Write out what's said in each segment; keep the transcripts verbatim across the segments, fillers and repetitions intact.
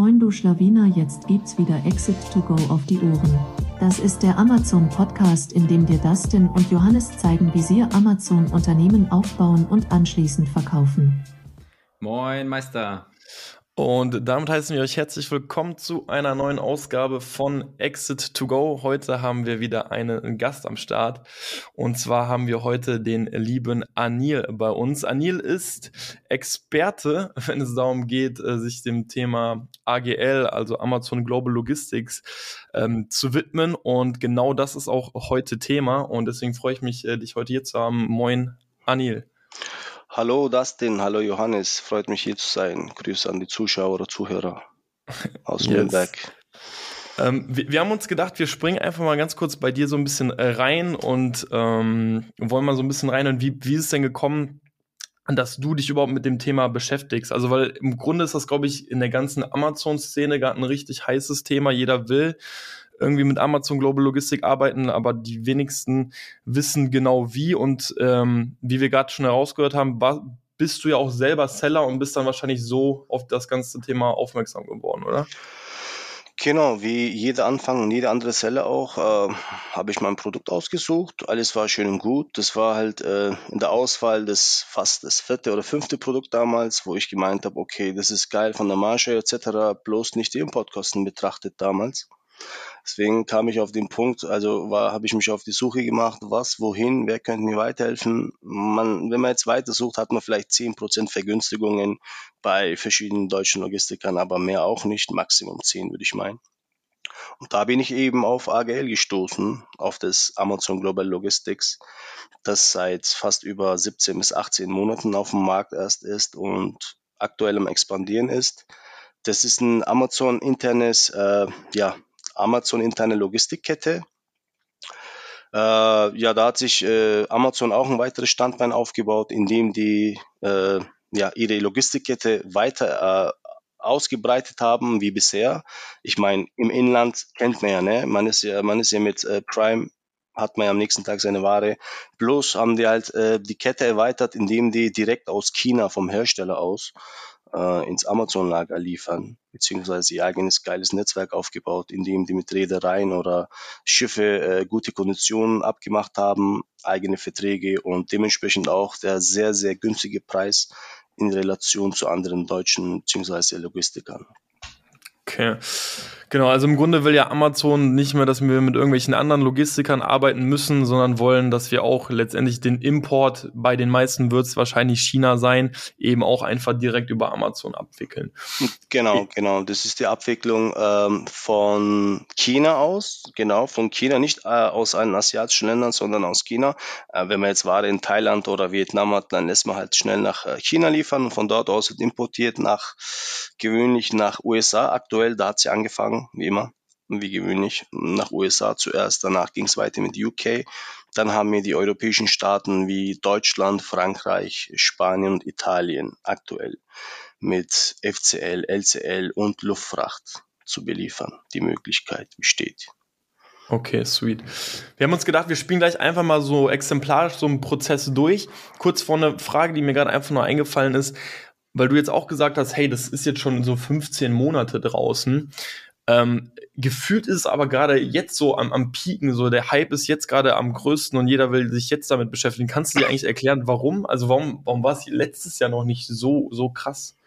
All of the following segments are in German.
Moin du Schlawiner, jetzt gibt's wieder Exit to Go auf die Ohren. Das ist der Amazon-Podcast, in dem dir Dustin und Johannes zeigen, wie sie Amazon-Unternehmen aufbauen und anschließend verkaufen. Moin Meister. Und damit heißen wir euch herzlich willkommen zu einer neuen Ausgabe von Exit to Go. Heute haben wir wieder einen Gast am Start. Und zwar haben wir heute den lieben Anil bei uns. Anil ist Experte, wenn es darum geht, sich dem Thema A G L, also Amazon Global Logistics, ähm, zu widmen. Und genau das ist auch heute Thema. Und deswegen freue ich mich, dich heute hier zu haben. Moin, Anil. Hallo Dustin, hallo Johannes, freut mich hier zu sein. Grüße an die Zuschauer oder Zuhörer aus yes. Nürnberg. Ähm, wir, wir haben uns gedacht, wir springen einfach mal ganz kurz bei dir so ein bisschen äh, rein und ähm, wollen mal so ein bisschen rein und wie, wie ist es denn gekommen, dass du dich überhaupt mit dem Thema beschäftigst? Also weil im Grunde ist das, glaube ich, in der ganzen Amazon-Szene gerade ein richtig heißes Thema. Jeder will irgendwie mit Amazon Global Logistik arbeiten, aber die wenigsten wissen genau wie. Und ähm, wie wir gerade schon herausgehört haben, war, bist du ja auch selber Seller und bist dann wahrscheinlich so auf das ganze Thema aufmerksam geworden, oder? Genau, wie jeder Anfang und jede andere Seller auch, äh, habe ich mein Produkt ausgesucht. Alles war schön und gut. Das war halt äh, in der Auswahl das fast das vierte oder fünfte Produkt damals, wo ich gemeint habe, okay, das ist geil von der Marge et cetera, bloß nicht die Importkosten betrachtet damals. Deswegen kam ich auf den Punkt, also war, habe ich mich auf die Suche gemacht, was, wohin, wer könnte mir weiterhelfen. Man, wenn man jetzt weitersucht, hat man vielleicht zehn Prozent Vergünstigungen bei verschiedenen deutschen Logistikern, aber mehr auch nicht, Maximum zehn würde ich meinen. Und da bin ich eben auf A G L gestoßen, auf das Amazon Global Logistics, das seit fast über siebzehn bis achtzehn Monaten auf dem Markt erst ist und aktuell im Expandieren ist. Das ist ein Amazon-internes, äh, ja, Amazon-interne Logistikkette. Äh, ja, da hat sich äh, Amazon auch ein weiteres Standbein aufgebaut, indem die äh, ja, ihre Logistikkette weiter äh, ausgebreitet haben wie bisher. Ich meine, im Inland kennt man ja, ne? Man ist ja, man ist ja mit äh, Prime, hat man ja am nächsten Tag seine Ware. Bloß haben die halt äh, die Kette erweitert, indem die direkt aus China vom Hersteller aus äh, ins Amazon-Lager liefern, beziehungsweise ihr eigenes geiles Netzwerk aufgebaut, indem die mit Reedereien oder Schiffe äh, gute Konditionen abgemacht haben, eigene Verträge und dementsprechend auch der sehr, sehr günstige Preis in Relation zu anderen deutschen beziehungsweise Logistikern. Okay, genau, also im Grunde will ja Amazon nicht mehr, dass wir mit irgendwelchen anderen Logistikern arbeiten müssen, sondern wollen, dass wir auch letztendlich den Import, bei den meisten wird es wahrscheinlich China sein, eben auch einfach direkt über Amazon abwickeln. Genau, genau, das ist die Abwicklung ähm, von China aus, genau, von China, nicht äh, aus allen asiatischen Ländern, sondern aus China. Äh, wenn man jetzt Ware in Thailand oder Vietnam hat, dann lässt man halt schnell nach äh, China liefern und von dort aus wird importiert nach, gewöhnlich nach U S A. Aktuell, da hat sie angefangen, wie immer, wie gewöhnlich, nach U S A zuerst, danach ging es weiter mit U K. Dann haben wir die europäischen Staaten wie Deutschland, Frankreich, Spanien und Italien aktuell mit F C L, L C L und Luftfracht zu beliefern. Die Möglichkeit besteht. Okay, sweet. Wir haben uns gedacht, wir spielen gleich einfach mal so exemplarisch so einen Prozess durch. Kurz vor eine Frage, die mir gerade einfach nur eingefallen ist, weil du jetzt auch gesagt hast, hey, das ist jetzt schon so fünfzehn Monate draußen. Ähm, gefühlt ist es aber gerade jetzt so am, am Pieken, so der Hype ist jetzt gerade am größten und jeder will sich jetzt damit beschäftigen. Kannst du dir eigentlich erklären, warum? Also warum, warum war es letztes Jahr noch nicht so, so krass?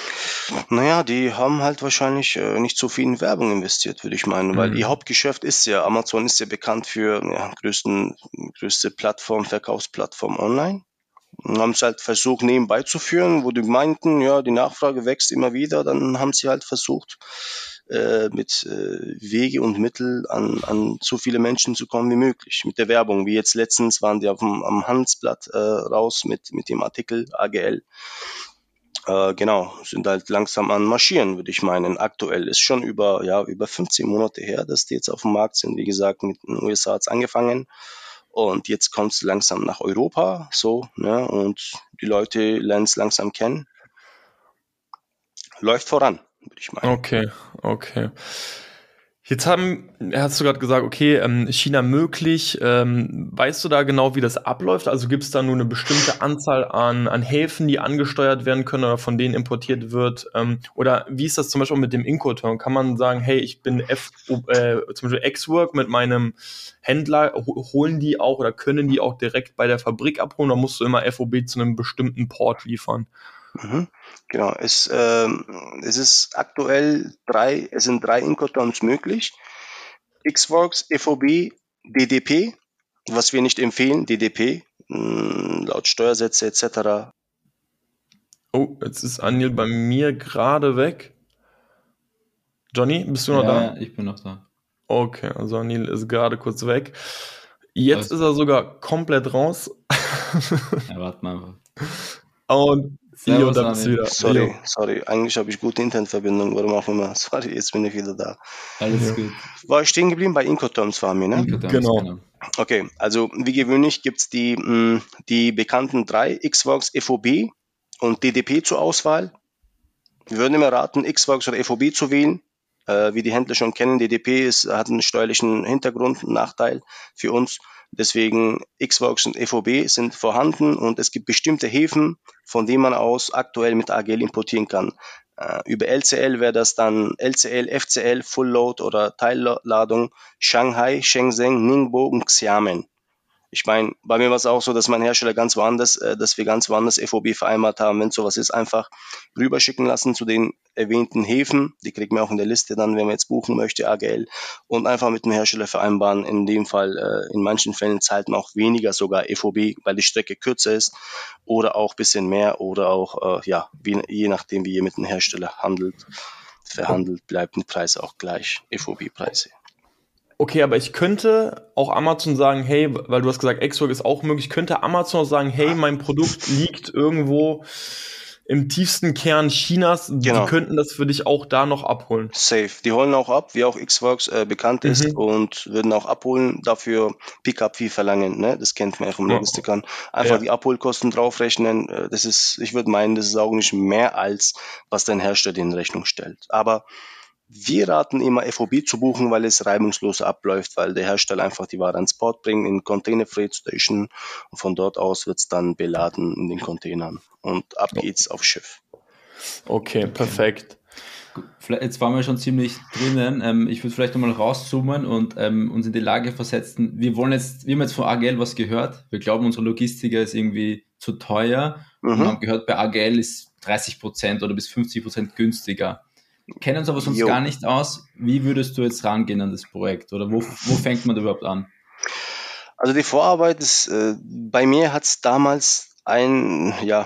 Naja, die haben halt wahrscheinlich äh, nicht so viel in Werbung investiert, würde ich meinen, weil Mhm. ihr Hauptgeschäft ist ja, Amazon ist ja bekannt für ja, größten, größte Plattform, Verkaufsplattform online. Und haben es halt versucht nebenbei zu führen, wo die meinten, ja, die Nachfrage wächst immer wieder, dann haben sie halt versucht, äh, mit äh, Wege und Mittel an, an so viele Menschen zu kommen wie möglich. Mit der Werbung, wie jetzt letztens waren die auf dem, am Handelsblatt äh, raus mit, mit dem Artikel A G L. Äh, genau, sind halt langsam an Marschieren, würde ich meinen. Aktuell ist schon über, ja, über fünfzehn Monate her, dass die jetzt auf dem Markt sind. Wie gesagt, mit den U S A hat es angefangen. Und jetzt kommt es langsam nach Europa, so, ne, und die Leute lernen es langsam kennen. Läuft voran, würde ich meinen. Okay, okay. Jetzt haben, hast du gerade gesagt, okay, ähm, China möglich. Ähm, weißt du da genau, wie das abläuft? Also gibt es da nur eine bestimmte Anzahl an, an Häfen, die angesteuert werden können oder von denen importiert wird? Ähm, oder wie ist das zum Beispiel mit dem Incoterm? Kann man sagen, hey, ich bin F, äh, zum Beispiel X-Work mit meinem Händler, ho- holen die auch oder können die auch direkt bei der Fabrik abholen, oder musst du immer F O B zu einem bestimmten Port liefern? Mhm. Genau, es, ähm, es ist aktuell drei, es sind drei Incoterms möglich. Xworks, F O B, D D P, was wir nicht empfehlen, D D P, mh, laut Steuersätze et cetera. Oh, jetzt ist Anil bei mir gerade weg. Johnny, bist du noch Ja, da? ja, ich bin noch da. Okay, also Anil ist gerade kurz weg. Jetzt Alles ist gut. er sogar komplett raus. Ja, warte mal einfach. Und jo, Servus, da bist du Anil. wieder. Sorry, Jo, sorry, eigentlich habe ich gute Internetverbindung, warum auch immer. Sorry, jetzt bin ich wieder da. Alles jo. gut. War ich stehen geblieben bei Incoterms waren wir, ne? Incoterms, Genau. genau. Okay, also wie gewöhnlich gibt es die, mh, die bekannten drei Xworks, F O B und D D P zur Auswahl. Wir würden immer raten, Xworks oder F O B zu wählen. Äh, wie die Händler schon kennen, D D P ist, hat einen steuerlichen Hintergrund, einen Nachteil für uns. Deswegen Xworks und F O B sind vorhanden und es gibt bestimmte Häfen, von denen man aus aktuell mit A G L importieren kann. Äh, über L C L wäre das dann L C L, F C L, Full Load oder Teilladung, Shanghai, Shenzhen, Ningbo und Xiamen. Ich meine, bei mir war es auch so, dass mein Hersteller ganz woanders, äh, dass wir ganz woanders F O B vereinbart haben. Wenn sowas ist, einfach rüberschicken lassen zu den erwähnten Häfen. Die kriegt man auch in der Liste dann, wenn man jetzt buchen möchte, A G L. Und einfach mit dem Hersteller vereinbaren. In dem Fall, äh, in manchen Fällen zahlt man auch weniger sogar F O B, weil die Strecke kürzer ist. Oder auch ein bisschen mehr. Oder auch, äh, ja, wie, je nachdem, wie ihr mit dem Hersteller handelt, verhandelt, bleibt der Preis auch gleich. F O B-Preise. Okay, aber ich könnte auch Amazon sagen, hey, weil du hast gesagt, Xwork ist auch möglich, könnte Amazon auch sagen, hey, mein Produkt liegt irgendwo im tiefsten Kern Chinas, die Genau. könnten das für dich auch da noch abholen. Safe. Die holen auch ab, wie auch Xworks äh, bekannt ist Mhm. und würden auch abholen, dafür Pickup-Fee verlangen. Ne? Das kennt man ja vom Ja. Logistikern. Einfach Ja. die Abholkosten draufrechnen. Äh, das ist, ich würde meinen, das ist auch nicht mehr als, was dein Hersteller in Rechnung stellt. Aber wir raten immer F O B zu buchen, weil es reibungslos abläuft, weil der Hersteller einfach die Ware ans Port bringt in Container Freight Station und von dort aus wird es dann beladen in den Containern und ab geht's aufs Schiff. Okay, perfekt. Gut, vielleicht- Jetzt waren wir schon ziemlich drinnen. Ähm, ich würde vielleicht nochmal rauszoomen und ähm, uns in die Lage versetzen. Wir wollen jetzt, wir haben jetzt von A G L was gehört. Wir glauben, unsere Logistiker ist irgendwie zu teuer und Mhm. haben gehört, bei A G L ist dreißig Prozent oder bis fünfzig Prozent günstiger. Kennen uns aber sonst Jo. gar nicht aus. Wie würdest du jetzt rangehen an das Projekt? Oder wo, wo fängt man da überhaupt an? Also die Vorarbeit ist, äh, bei mir hat es damals ein, ja,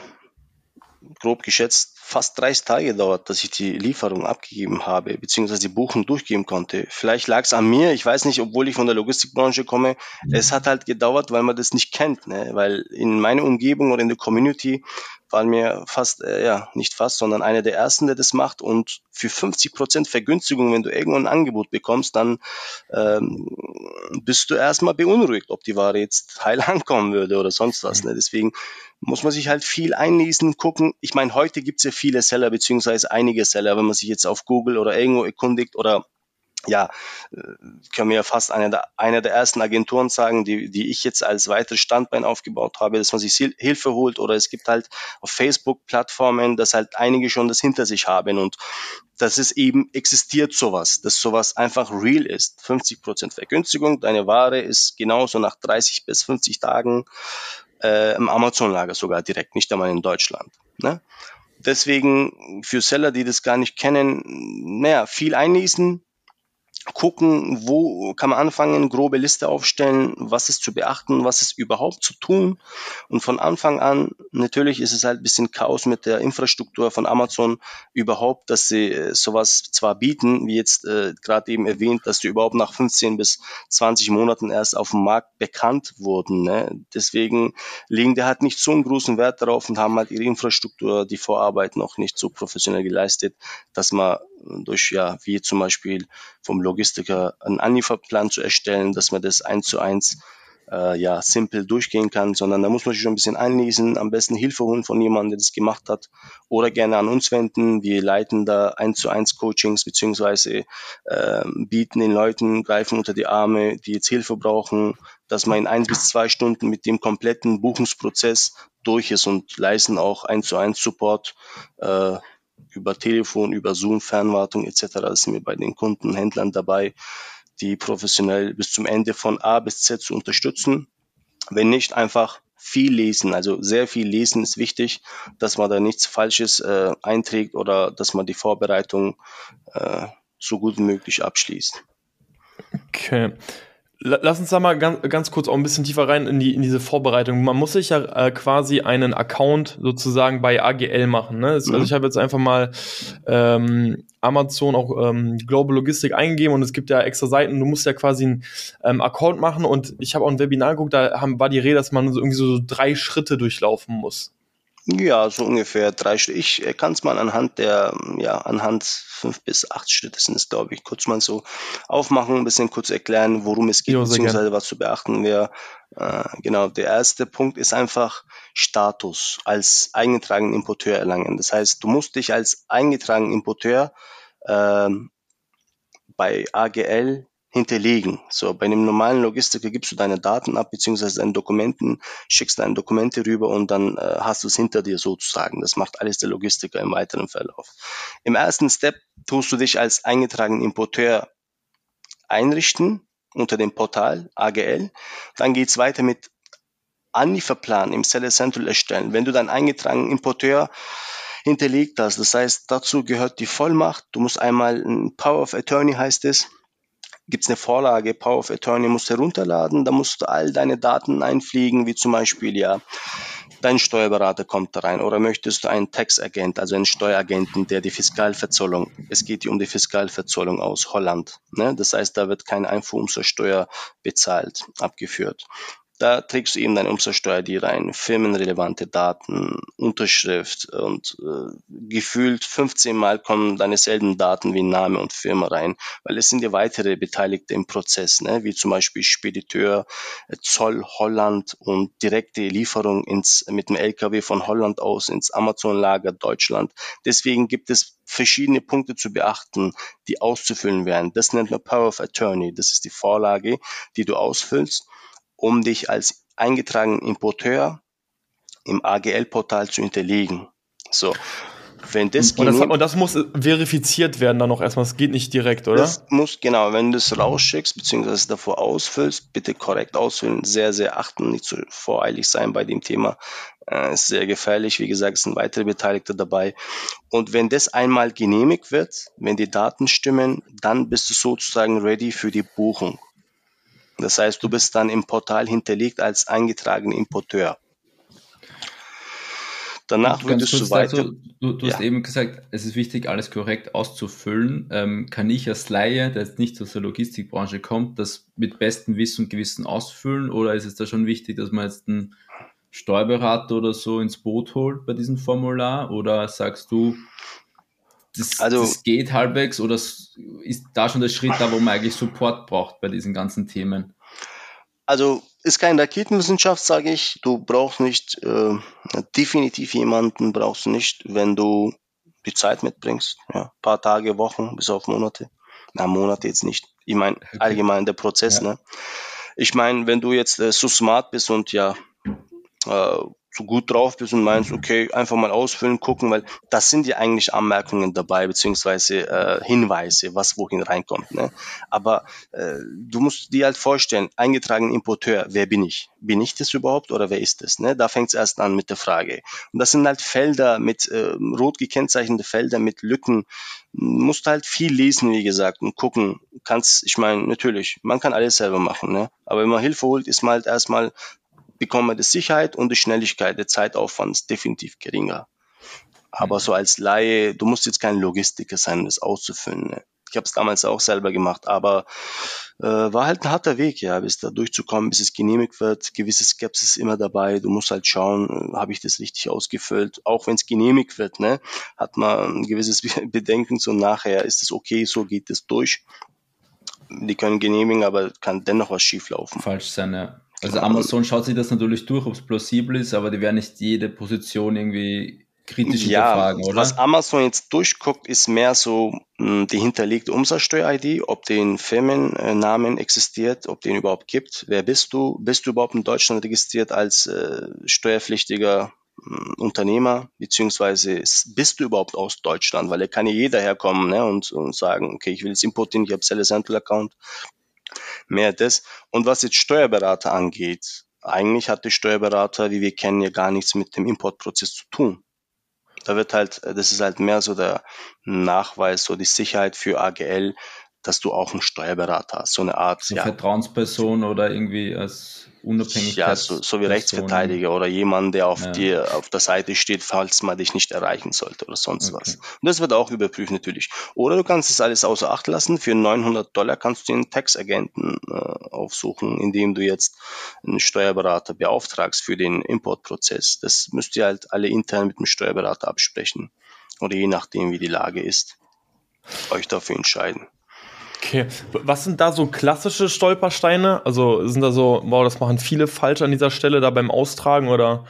grob geschätzt fast dreißig Tage gedauert, dass ich die Lieferung abgegeben habe, beziehungsweise die Buchung durchgeben konnte. Vielleicht lag es an mir, ich weiß nicht, obwohl ich von der Logistikbranche komme. Es hat halt gedauert, weil man das nicht kennt, ne? Weil in meiner Umgebung oder in der Community waren wir fast, äh, ja, nicht fast, sondern einer der ersten, der das macht. Und für fünfzig Prozent Vergünstigung, wenn du irgendwo ein Angebot bekommst, dann ähm, bist du erstmal beunruhigt, ob die Ware jetzt heil ankommen würde oder sonst was. Ne? Deswegen muss man sich halt viel einlesen, gucken. Ich meine, heute gibt es ja viele Seller, beziehungsweise einige Seller, wenn man sich jetzt auf Google oder irgendwo erkundigt oder ja, äh, können wir ja fast eine der, einer der ersten Agenturen sagen, die, die ich jetzt als weiteres Standbein aufgebaut habe, dass man sich Sil- Hilfe holt oder es gibt halt auf Facebook Plattformen, dass halt einige schon das hinter sich haben und dass es eben existiert sowas, dass sowas einfach real ist. fünfzig Prozent Vergünstigung, deine Ware ist genauso nach dreißig bis fünfzig Tagen äh, im Amazon-Lager sogar direkt, nicht einmal in Deutschland. Ne? Deswegen für Seller, die das gar nicht kennen, naja, viel einlesen, gucken, wo kann man anfangen, grobe Liste aufstellen, was ist zu beachten, was ist überhaupt zu tun. Und von Anfang an, natürlich ist es halt ein bisschen Chaos mit der Infrastruktur von Amazon überhaupt, dass sie äh, sowas zwar bieten, wie jetzt äh, gerade eben erwähnt, dass die überhaupt nach fünfzehn bis zwanzig Monaten erst auf dem Markt bekannt wurden. Ne? Deswegen legen die halt nicht so einen großen Wert darauf und haben halt ihre Infrastruktur, die Vorarbeit noch nicht so professionell geleistet, dass man durch, ja, wie zum Beispiel vom Logistiker einen Anlieferplan zu erstellen, dass man das eins zu eins äh, ja, simpel durchgehen kann, sondern da muss man sich schon ein bisschen einlesen, am besten Hilfe holen von jemandem, der das gemacht hat, oder gerne an uns wenden. Wir leiten da eins zu eins Coachings, beziehungsweise äh, bieten den Leuten, greifen unter die Arme, die jetzt Hilfe brauchen, dass man in eins bis zwei Stunden mit dem kompletten Buchungsprozess durch ist, und leisten auch eins zu eins Support äh, über Telefon, über Zoom, Fernwartung et cetera. Da sind wir bei den Kunden, Händlern dabei, die professionell bis zum Ende von A bis Z zu unterstützen. Wenn nicht, einfach viel lesen, also sehr viel lesen ist wichtig, dass man da nichts Falsches äh, einträgt oder dass man die Vorbereitung äh, so gut wie möglich abschließt. Okay. Lass uns da mal ganz, ganz kurz auch ein bisschen tiefer rein in die in diese Vorbereitung. Man muss sich ja äh, quasi einen Account sozusagen bei A G L machen. Ne? Das, mhm. Also ich habe jetzt einfach mal ähm, Amazon auch ähm, Global Logistik eingegeben, und es gibt ja extra Seiten. Du musst ja quasi einen ähm, Account machen, und ich habe auch ein Webinar geguckt, da haben, war die Rede, dass man so irgendwie so drei Schritte durchlaufen muss. Ja, so ungefähr drei Schritte. Ich kann es mal anhand der, ja, anhand fünf bis acht Schritte sind es, glaube ich, kurz mal so aufmachen, ein bisschen kurz erklären, worum es geht, Jo, beziehungsweise was zu beachten wäre. Äh, genau, der erste Punkt ist einfach Status als eingetragenen Importeur erlangen. Das heißt, du musst dich als eingetragenen Importeur ähm, bei A G L hinterlegen. So, bei einem normalen Logistiker gibst du deine Daten ab, beziehungsweise deine Dokumenten, schickst deine Dokumente rüber, und dann äh, hast du es hinter dir sozusagen. Das macht alles der Logistiker im weiteren Verlauf. Im ersten Step tust du dich als eingetragenen Importeur einrichten unter dem Portal A G L. Dann geht's weiter mit Anlieferplan im Seller Central erstellen. Wenn du deinen eingetragenen Importeur hinterlegt hast, das heißt, dazu gehört die Vollmacht. Du musst einmal ein Power of Attorney, heißt es, gibt es eine Vorlage, Power of Attorney, musst du herunterladen, da musst du all deine Daten einpflegen, wie zum Beispiel, ja, dein Steuerberater kommt da rein, oder möchtest du einen Tax-Agent, also einen Steueragenten, der die Fiskalverzollung, es geht hier um die Fiskalverzollung aus Holland, ne? Das heißt, da wird keine Einfuhrumsatzsteuer bezahlt, abgeführt. Da trägst du eben deine Umsatzsteuer die rein, firmenrelevante Daten, Unterschrift, und äh, gefühlt fünfzehn Mal kommen deine selben Daten wie Name und Firma rein, weil es sind ja weitere Beteiligte im Prozess, ne? Wie zum Beispiel Spediteur, Zoll Holland und direkte Lieferung ins, mit dem L K W von Holland aus ins Amazon-Lager Deutschland. Deswegen gibt es verschiedene Punkte zu beachten, die auszufüllen werden. Das nennt man Power of Attorney. Das ist die Vorlage, die du ausfüllst, um dich als eingetragenen Importeur im A G L-Portal zu hinterlegen. So, wenn das und, das, und das muss verifiziert werden dann noch erstmal, das geht nicht direkt, oder? Das muss, genau, wenn du es rausschickst, beziehungsweise davor ausfüllst, bitte korrekt ausfüllen, sehr, sehr achten, nicht zu voreilig sein bei dem Thema. Äh, ist sehr gefährlich, wie gesagt, es sind weitere Beteiligte dabei. Und wenn das einmal genehmigt wird, wenn die Daten stimmen, dann bist du sozusagen ready für die Buchung. Das heißt, du bist dann im Portal hinterlegt als eingetragener Importeur. Danach würdest du weiter... Dazu, du du ja. hast eben gesagt, es ist wichtig, alles korrekt auszufüllen. Ähm, kann ich als Laie, der jetzt nicht aus der Logistikbranche kommt, das mit bestem Wissen und Gewissen ausfüllen? Oder ist es da schon wichtig, dass man jetzt einen Steuerberater oder so ins Boot holt bei diesem Formular? Oder sagst du, das, also, das geht halbwegs, oder ist da schon der Schritt da, wo man eigentlich Support braucht bei diesen ganzen Themen? Also ist keine Raketenwissenschaft, sage ich. Du brauchst nicht, äh, definitiv jemanden brauchst du nicht, wenn du die Zeit mitbringst. Ja, paar Tage, Wochen, bis auf Monate. Na, Monate jetzt nicht. Ich meine, okay. Allgemein der Prozess, ja. Ne? Ich meine, wenn du jetzt äh, so smart bist und ja, äh, so gut drauf bist und meinst, okay, einfach mal ausfüllen, gucken, weil das sind ja eigentlich Anmerkungen dabei, beziehungsweise äh, Hinweise, was wohin reinkommt. Ne? Aber äh, du musst dir halt vorstellen, eingetragen Importeur, wer bin ich? Bin ich das überhaupt oder wer ist das? Ne? Da fängt es erst an mit der Frage. Und das sind halt Felder mit äh, rot gekennzeichnete Felder mit Lücken. Du musst halt viel lesen, wie gesagt, und gucken. Kannst, ich meine, natürlich, man kann alles selber machen, ne? Aber wenn man Hilfe holt, ist man halt erstmal bekommen wir die Sicherheit und die Schnelligkeit, der Zeitaufwand ist definitiv geringer. Aber so als Laie, du musst jetzt kein Logistiker sein, um das auszufüllen. Ne? Ich habe es damals auch selber gemacht, aber äh, war halt ein harter Weg, ja, bis da durchzukommen, bis es genehmigt wird. Gewisse Skepsis immer dabei. Du musst halt schauen, äh, habe ich das richtig ausgefüllt? Auch wenn es genehmigt wird, ne, hat man ein gewisses Bedenken, so nachher ist es okay, so geht es durch. Die können genehmigen, aber kann dennoch was schieflaufen. Falsch sein, ja. Also Amazon schaut sich das natürlich durch, ob es plausibel ist, aber die werden nicht jede Position irgendwie kritisch Ja, hinterfragen, was oder? Amazon jetzt durchguckt, ist mehr so mh, die hinterlegte Umsatzsteuer-I D, ob den Firmennamen existiert, ob den überhaupt gibt. Wer bist du? Bist du überhaupt in Deutschland registriert als äh, steuerpflichtiger mh, Unternehmer, beziehungsweise s- bist du überhaupt aus Deutschland? Weil da kann ja jeder herkommen, ne, und, und sagen, okay, ich will jetzt importieren, ich habe Seller Central Account, mehr das. Und was jetzt Steuerberater angeht, eigentlich hat der Steuerberater, wie wir kennen, ja gar nichts mit dem Importprozess zu tun. Da wird halt, das ist halt mehr so der Nachweis, so die Sicherheit für A G L, dass du auch einen Steuerberater hast, so eine Art, So ja, Vertrauensperson oder irgendwie als ja, so, so wie Unabhängigkeitsperson. Rechtsverteidiger oder jemand, der auf Ja, dir auf der Seite steht, falls man dich nicht erreichen sollte oder sonst okay. was. Und das wird auch überprüft natürlich. Oder du kannst es alles außer Acht lassen. Für neunhundert Dollar kannst du den Tax-Agenten äh, aufsuchen, indem du jetzt einen Steuerberater beauftragst für den Importprozess. Das müsst ihr halt alle intern mit dem Steuerberater absprechen. Oder je nachdem, wie die Lage ist, euch dafür entscheiden. Okay, was sind da so klassische Stolpersteine? Also sind da so, wow, das machen viele falsch an dieser Stelle da beim Austragen oder?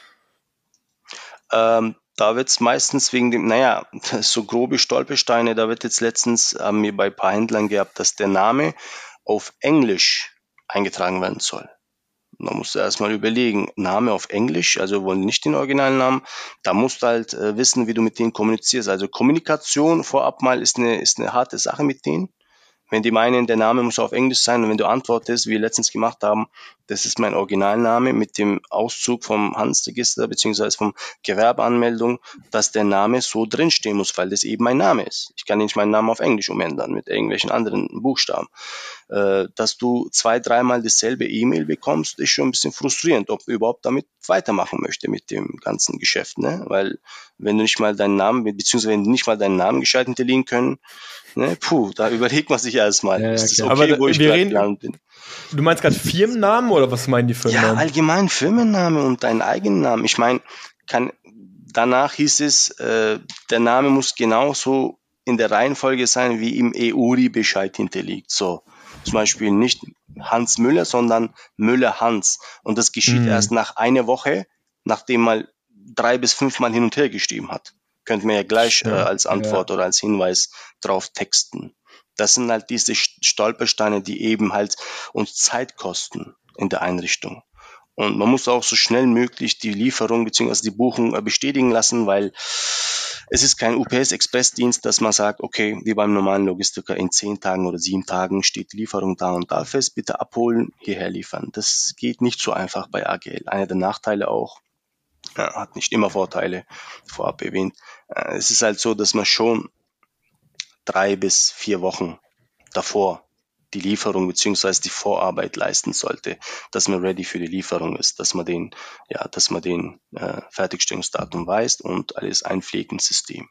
Ähm, da wird es meistens wegen dem, naja, so grobe Stolpersteine, da wird jetzt letztens, haben wir bei ein paar Händlern gehabt, dass der Name auf Englisch eingetragen werden soll. Da musst du erstmal überlegen, Name auf Englisch, also wollen nicht den Originalnamen, da musst du halt äh, wissen, wie du mit denen kommunizierst. Also Kommunikation vorab mal ist eine, ist eine harte Sache mit denen. Wenn die meinen, der Name muss auf Englisch sein und wenn du antwortest, wie wir letztens gemacht haben, das ist mein Originalname mit dem Auszug vom Handelsregister beziehungsweise vom Gewerbeanmeldung, dass der Name so drinstehen muss, weil das eben mein Name ist. Ich kann nicht meinen Namen auf Englisch umändern mit irgendwelchen anderen Buchstaben. Äh, dass du zwei, dreimal dasselbe E-Mail bekommst, ist schon ein bisschen frustrierend, ob du überhaupt damit weitermachen möchte mit dem ganzen Geschäft, ne? Weil wenn du nicht mal deinen Namen, beziehungsweise wenn du nicht mal deinen Namen gescheit hinterlegen können, ne, puh, da überlegt man sich erstmal, Ja, ja, ist das klar. okay, Aber wo ich wir gerade reden, gelandet bin? du meinst gerade Firmennamen oder was meinen die Ja, Firmennamen? allgemein Firmenname und deinen eigenen Namen. Ich meine, kann, danach hieß es, äh, der Name muss genauso in der Reihenfolge sein, wie im E U R I-Bescheid hinterliegt. So, zum Beispiel nicht Hans Müller, sondern Müller-Hans. Und das geschieht Hm. erst nach einer Woche, nachdem man drei bis fünfmal hin und her geschrieben hat. Könnte man ja gleich äh, Ja. als Antwort Ja. oder als Hinweis drauf texten. Das sind halt diese Stolpersteine, die eben halt uns Zeit kosten in der Einrichtung. Und man muss auch so schnell möglich die Lieferung bzw. die Buchung äh, bestätigen lassen, weil es ist kein U P S-Express-Dienst, dass man sagt, okay, wie beim normalen Logistiker, in zehn Tagen oder sieben Tagen steht die Lieferung da und da fest, bitte abholen, hierher liefern. Das geht nicht so einfach bei A G L. Einer der Nachteile auch, ja, hat nicht immer Vorteile, vorab erwähnt. Äh, es ist halt so, dass man schon drei bis vier Wochen davor die Lieferung beziehungsweise die Vorarbeit leisten sollte, dass man ready für die Lieferung ist, dass man den, ja, dass man den äh, Fertigstellungsdatum weiß und alles einpflegt ins System.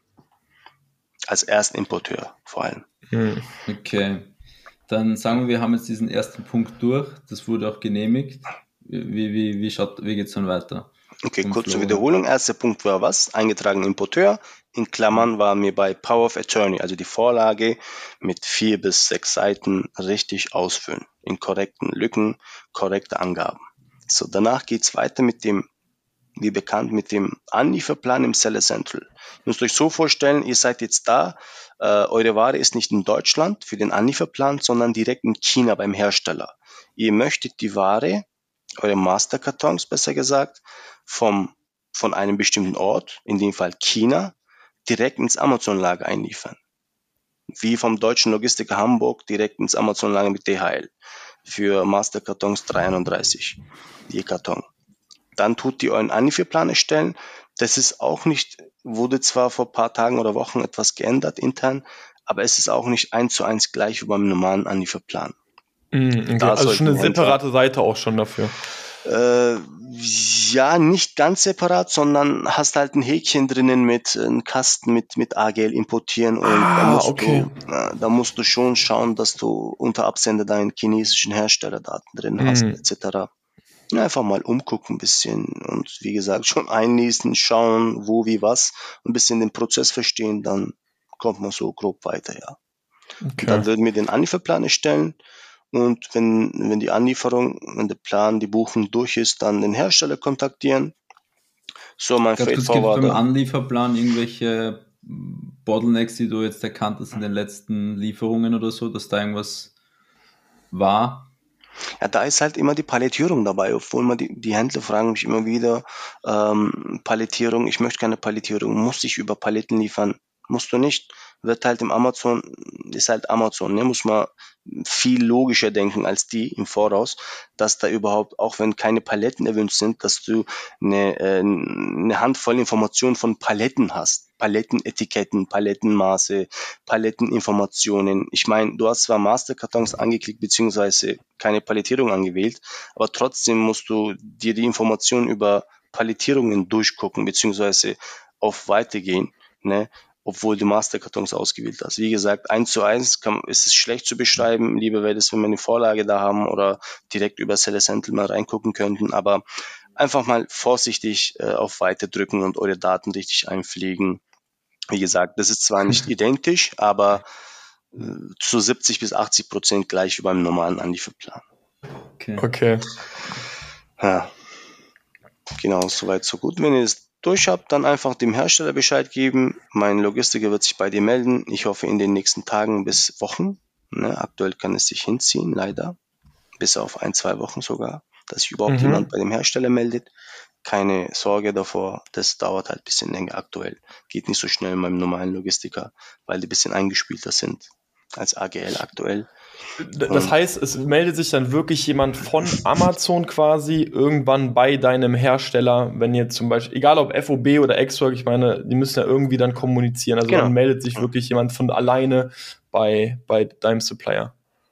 Als Erstimporteur vor allem. Hm. Okay. Dann sagen wir, wir haben jetzt diesen ersten Punkt durch. Das wurde auch genehmigt. Wie, wie, wie, schaut, wie geht es dann weiter? Okay, Vom kurz zur Flo. Wiederholung. Erster Punkt war was? Eingetragener Importeur. In Klammern waren wir bei Power of Attorney, also die Vorlage mit vier bis sechs Seiten richtig ausfüllen. In korrekten Lücken, korrekte Angaben. So, danach geht's weiter mit dem, wie bekannt, mit dem Anlieferplan im Seller Central. Ihr müsst euch so vorstellen, ihr seid jetzt da, äh, eure Ware ist nicht in Deutschland für den Anlieferplan, sondern direkt in China beim Hersteller. Ihr möchtet die Ware, eure Masterkartons besser gesagt, vom, von einem bestimmten Ort, in dem Fall China, direkt ins Amazon-Lager einliefern. Wie vom deutschen Logistiker Hamburg direkt ins Amazon-Lager mit D H L. Für Masterkartons dreiunddreißig je Karton. Dann tut ihr euren Anlieferplan erstellen. Das ist auch nicht, wurde zwar vor ein paar Tagen oder Wochen etwas geändert intern, aber es ist auch nicht eins zu eins gleich wie beim normalen Anlieferplan. Hm, okay. Da Also schon eine sollten Händler- separate Seite auch schon dafür. Äh, ja, nicht ganz separat, sondern hast halt ein Häkchen drinnen mit äh, einem Kasten mit, mit A G L importieren und Ah, da musst okay. du, äh, da musst du schon schauen, dass du unter Absender deinen chinesischen Herstellerdaten drin hast, Mhm. et cetera. Ja, einfach mal umgucken ein bisschen und wie gesagt, schon einlesen, schauen, wo, wie, was, ein bisschen den Prozess verstehen, dann kommt man so grob weiter, ja. Und Okay. dann würden wir den Anlieferplan erstellen und wenn, wenn die Anlieferung, wenn der Plan, die Buchung durch ist, dann den Hersteller kontaktieren. So mein Ganz Freight kurz, gibt es beim Forwarder. Anlieferplan irgendwelche Bottlenecks, die du jetzt erkannt hast in den letzten Lieferungen oder so, dass da irgendwas war? Ja, da ist halt immer die Palettierung dabei, obwohl man die, die Händler fragen mich immer wieder, ähm, Palettierung, ich möchte keine Palettierung, muss ich über Paletten liefern? Musst du nicht. Wird halt im Amazon, ist halt Amazon, ne? Muss man viel logischer denken als die im Voraus, dass da überhaupt, auch wenn keine Paletten erwünscht sind, dass du eine, äh, eine Handvoll Informationen von Paletten hast. Palettenetiketten, Palettenmaße, Paletteninformationen. Ich meine, du hast zwar Masterkartons angeklickt, beziehungsweise keine Palettierung angewählt, aber trotzdem musst du dir die Informationen über Palettierungen durchgucken, beziehungsweise auf Weitergehen, ne? Obwohl du Masterkartons ausgewählt hast. Wie gesagt, eins zu eins kann, ist es schlecht zu beschreiben. Lieber wäre es, wenn wir eine Vorlage da haben oder direkt über Seller Central mal reingucken könnten. Aber einfach mal vorsichtig äh, auf Weiter drücken und eure Daten richtig einpflegen. Wie gesagt, das ist zwar nicht identisch, aber äh, zu siebzig bis achtzig Prozent gleich wie beim normalen Anlieferplan. Okay. Okay. Ja, genau, soweit so gut. Wenn ihr es durch habt, dann einfach dem Hersteller Bescheid geben. Mein Logistiker wird sich bei dir melden. Ich hoffe in den nächsten Tagen bis Wochen. Ne, aktuell kann es sich hinziehen, leider. Bis auf ein, zwei Wochen sogar, dass sich überhaupt Mhm. jemand bei dem Hersteller meldet. Keine Sorge davor, das dauert halt ein bisschen länger aktuell. Geht nicht so schnell mit meinem normalen Logistiker, weil die ein bisschen eingespielter sind als A G L aktuell. D- Das heißt, es meldet sich dann wirklich jemand von Amazon quasi irgendwann bei deinem Hersteller, wenn jetzt zum Beispiel, egal ob F O B oder Xwork, ich meine, die müssen ja irgendwie dann kommunizieren. Also Genau. dann meldet sich wirklich jemand von alleine bei, bei deinem Supplier.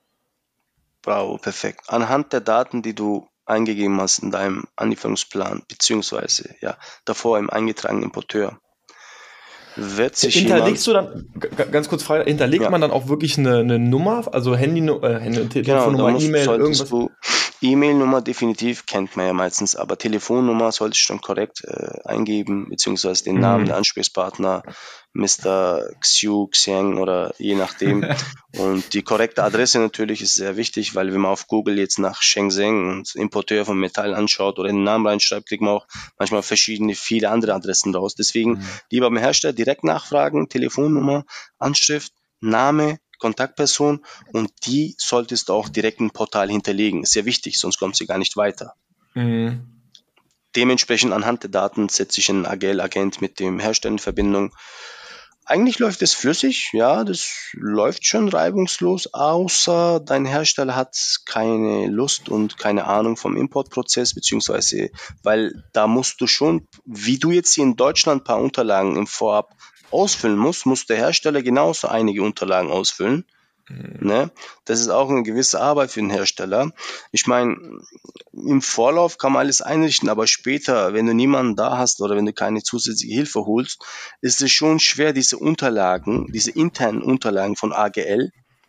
Bravo, perfekt. Anhand der Daten, die du eingegeben hast in deinem Anlieferungsplan, beziehungsweise ja, davor im eingetragenen Importeur, wird sich Hinterlegst jemand... du dann, g- ganz kurz Frage, hinterlegt Ja. man dann auch wirklich eine, eine Nummer, also Handy, äh, Handy Genau, da Telefonnummer, musst, E-Mail, solltest irgendwas? du E-Mail-Nummer definitiv, kennt man ja meistens, aber Telefonnummer solltest du schon korrekt äh, eingeben, beziehungsweise den Namen Mhm. der Ansprechpartner, Mister Xiu, Xiang oder je nachdem. Und die korrekte Adresse natürlich ist sehr wichtig, weil wenn man auf Google jetzt nach Shenzhen und Importeur von Metall anschaut oder den Namen reinschreibt, kriegt man auch manchmal verschiedene, viele andere Adressen raus. Deswegen lieber beim Hersteller direkt nachfragen, Telefonnummer, Anschrift, Name, Kontaktperson, und die solltest du auch direkt im Portal hinterlegen. Ist sehr wichtig, sonst kommt sie gar nicht weiter. Mhm. Dementsprechend anhand der Daten setzt sich ein A G L-Agent mit dem Hersteller in Verbindung. Eigentlich läuft es flüssig, ja, das läuft schon reibungslos, außer dein Hersteller hat keine Lust und keine Ahnung vom Importprozess, beziehungsweise, weil da musst du schon, wie du jetzt hier in Deutschland ein paar Unterlagen im Vorab ausfüllen musst, muss der Hersteller genauso einige Unterlagen ausfüllen. Ne? Das ist auch eine gewisse Arbeit für den Hersteller. Ich meine, im Vorlauf kann man alles einrichten, aber später, wenn du niemanden da hast oder wenn du keine zusätzliche Hilfe holst, ist es schon schwer, diese Unterlagen, diese internen Unterlagen von A G L,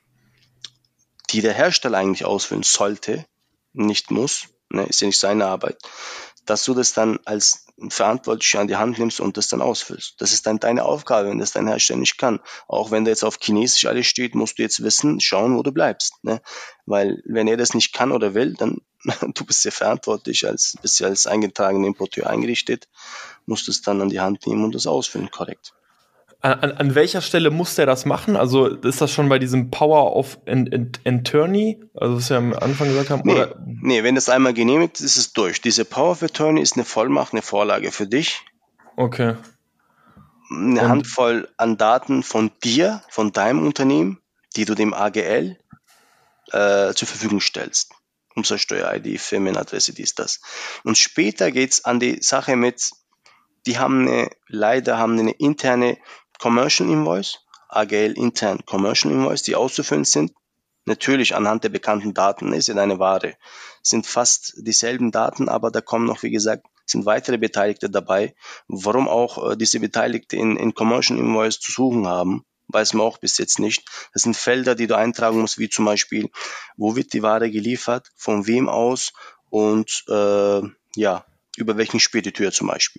die der Hersteller eigentlich ausfüllen sollte, nicht muss, ne, ist ja nicht seine Arbeit, dass du das dann als Verantwortlicher an die Hand nimmst und das dann ausfüllst. Das ist dann deine Aufgabe, wenn das dein Hersteller nicht kann. Auch wenn da jetzt auf Chinesisch alles steht, musst du jetzt wissen, schauen, wo du bleibst. Ne? Weil wenn er das nicht kann oder will, dann du bist ja verantwortlich, als bist ja als eingetragener Importeur eingerichtet, musst du es dann an die Hand nehmen und das ausfüllen, korrekt. An, an, an welcher Stelle muss der das machen? Also ist das schon bei diesem Power of Attorney, also was wir am Anfang gesagt haben? Nee, Oder? nee, wenn das einmal genehmigt ist, ist es durch. Diese Power of Attorney ist eine Vollmacht, eine Vorlage für dich. Okay. Eine Und- Handvoll an Daten von dir, von deinem Unternehmen, die du dem A G L äh, zur Verfügung stellst. Umsatzsteuer-I D, Firmenadresse, dies, das. Und später geht's an die Sache mit, die haben eine, leider haben eine interne Commercial Invoice, A G L intern Commercial Invoice, die auszufüllen sind. Natürlich anhand der bekannten Daten, ist ja deine Ware. Sind fast dieselben Daten, aber da kommen noch, wie gesagt, sind weitere Beteiligte dabei. Warum auch äh, diese Beteiligte in, in Commercial Invoice zu suchen haben, weiß man auch bis jetzt nicht. Das sind Felder, die du eintragen musst, wie zum Beispiel, wo wird die Ware geliefert, von wem aus und äh, ja, über welchen Spediteur zum Beispiel.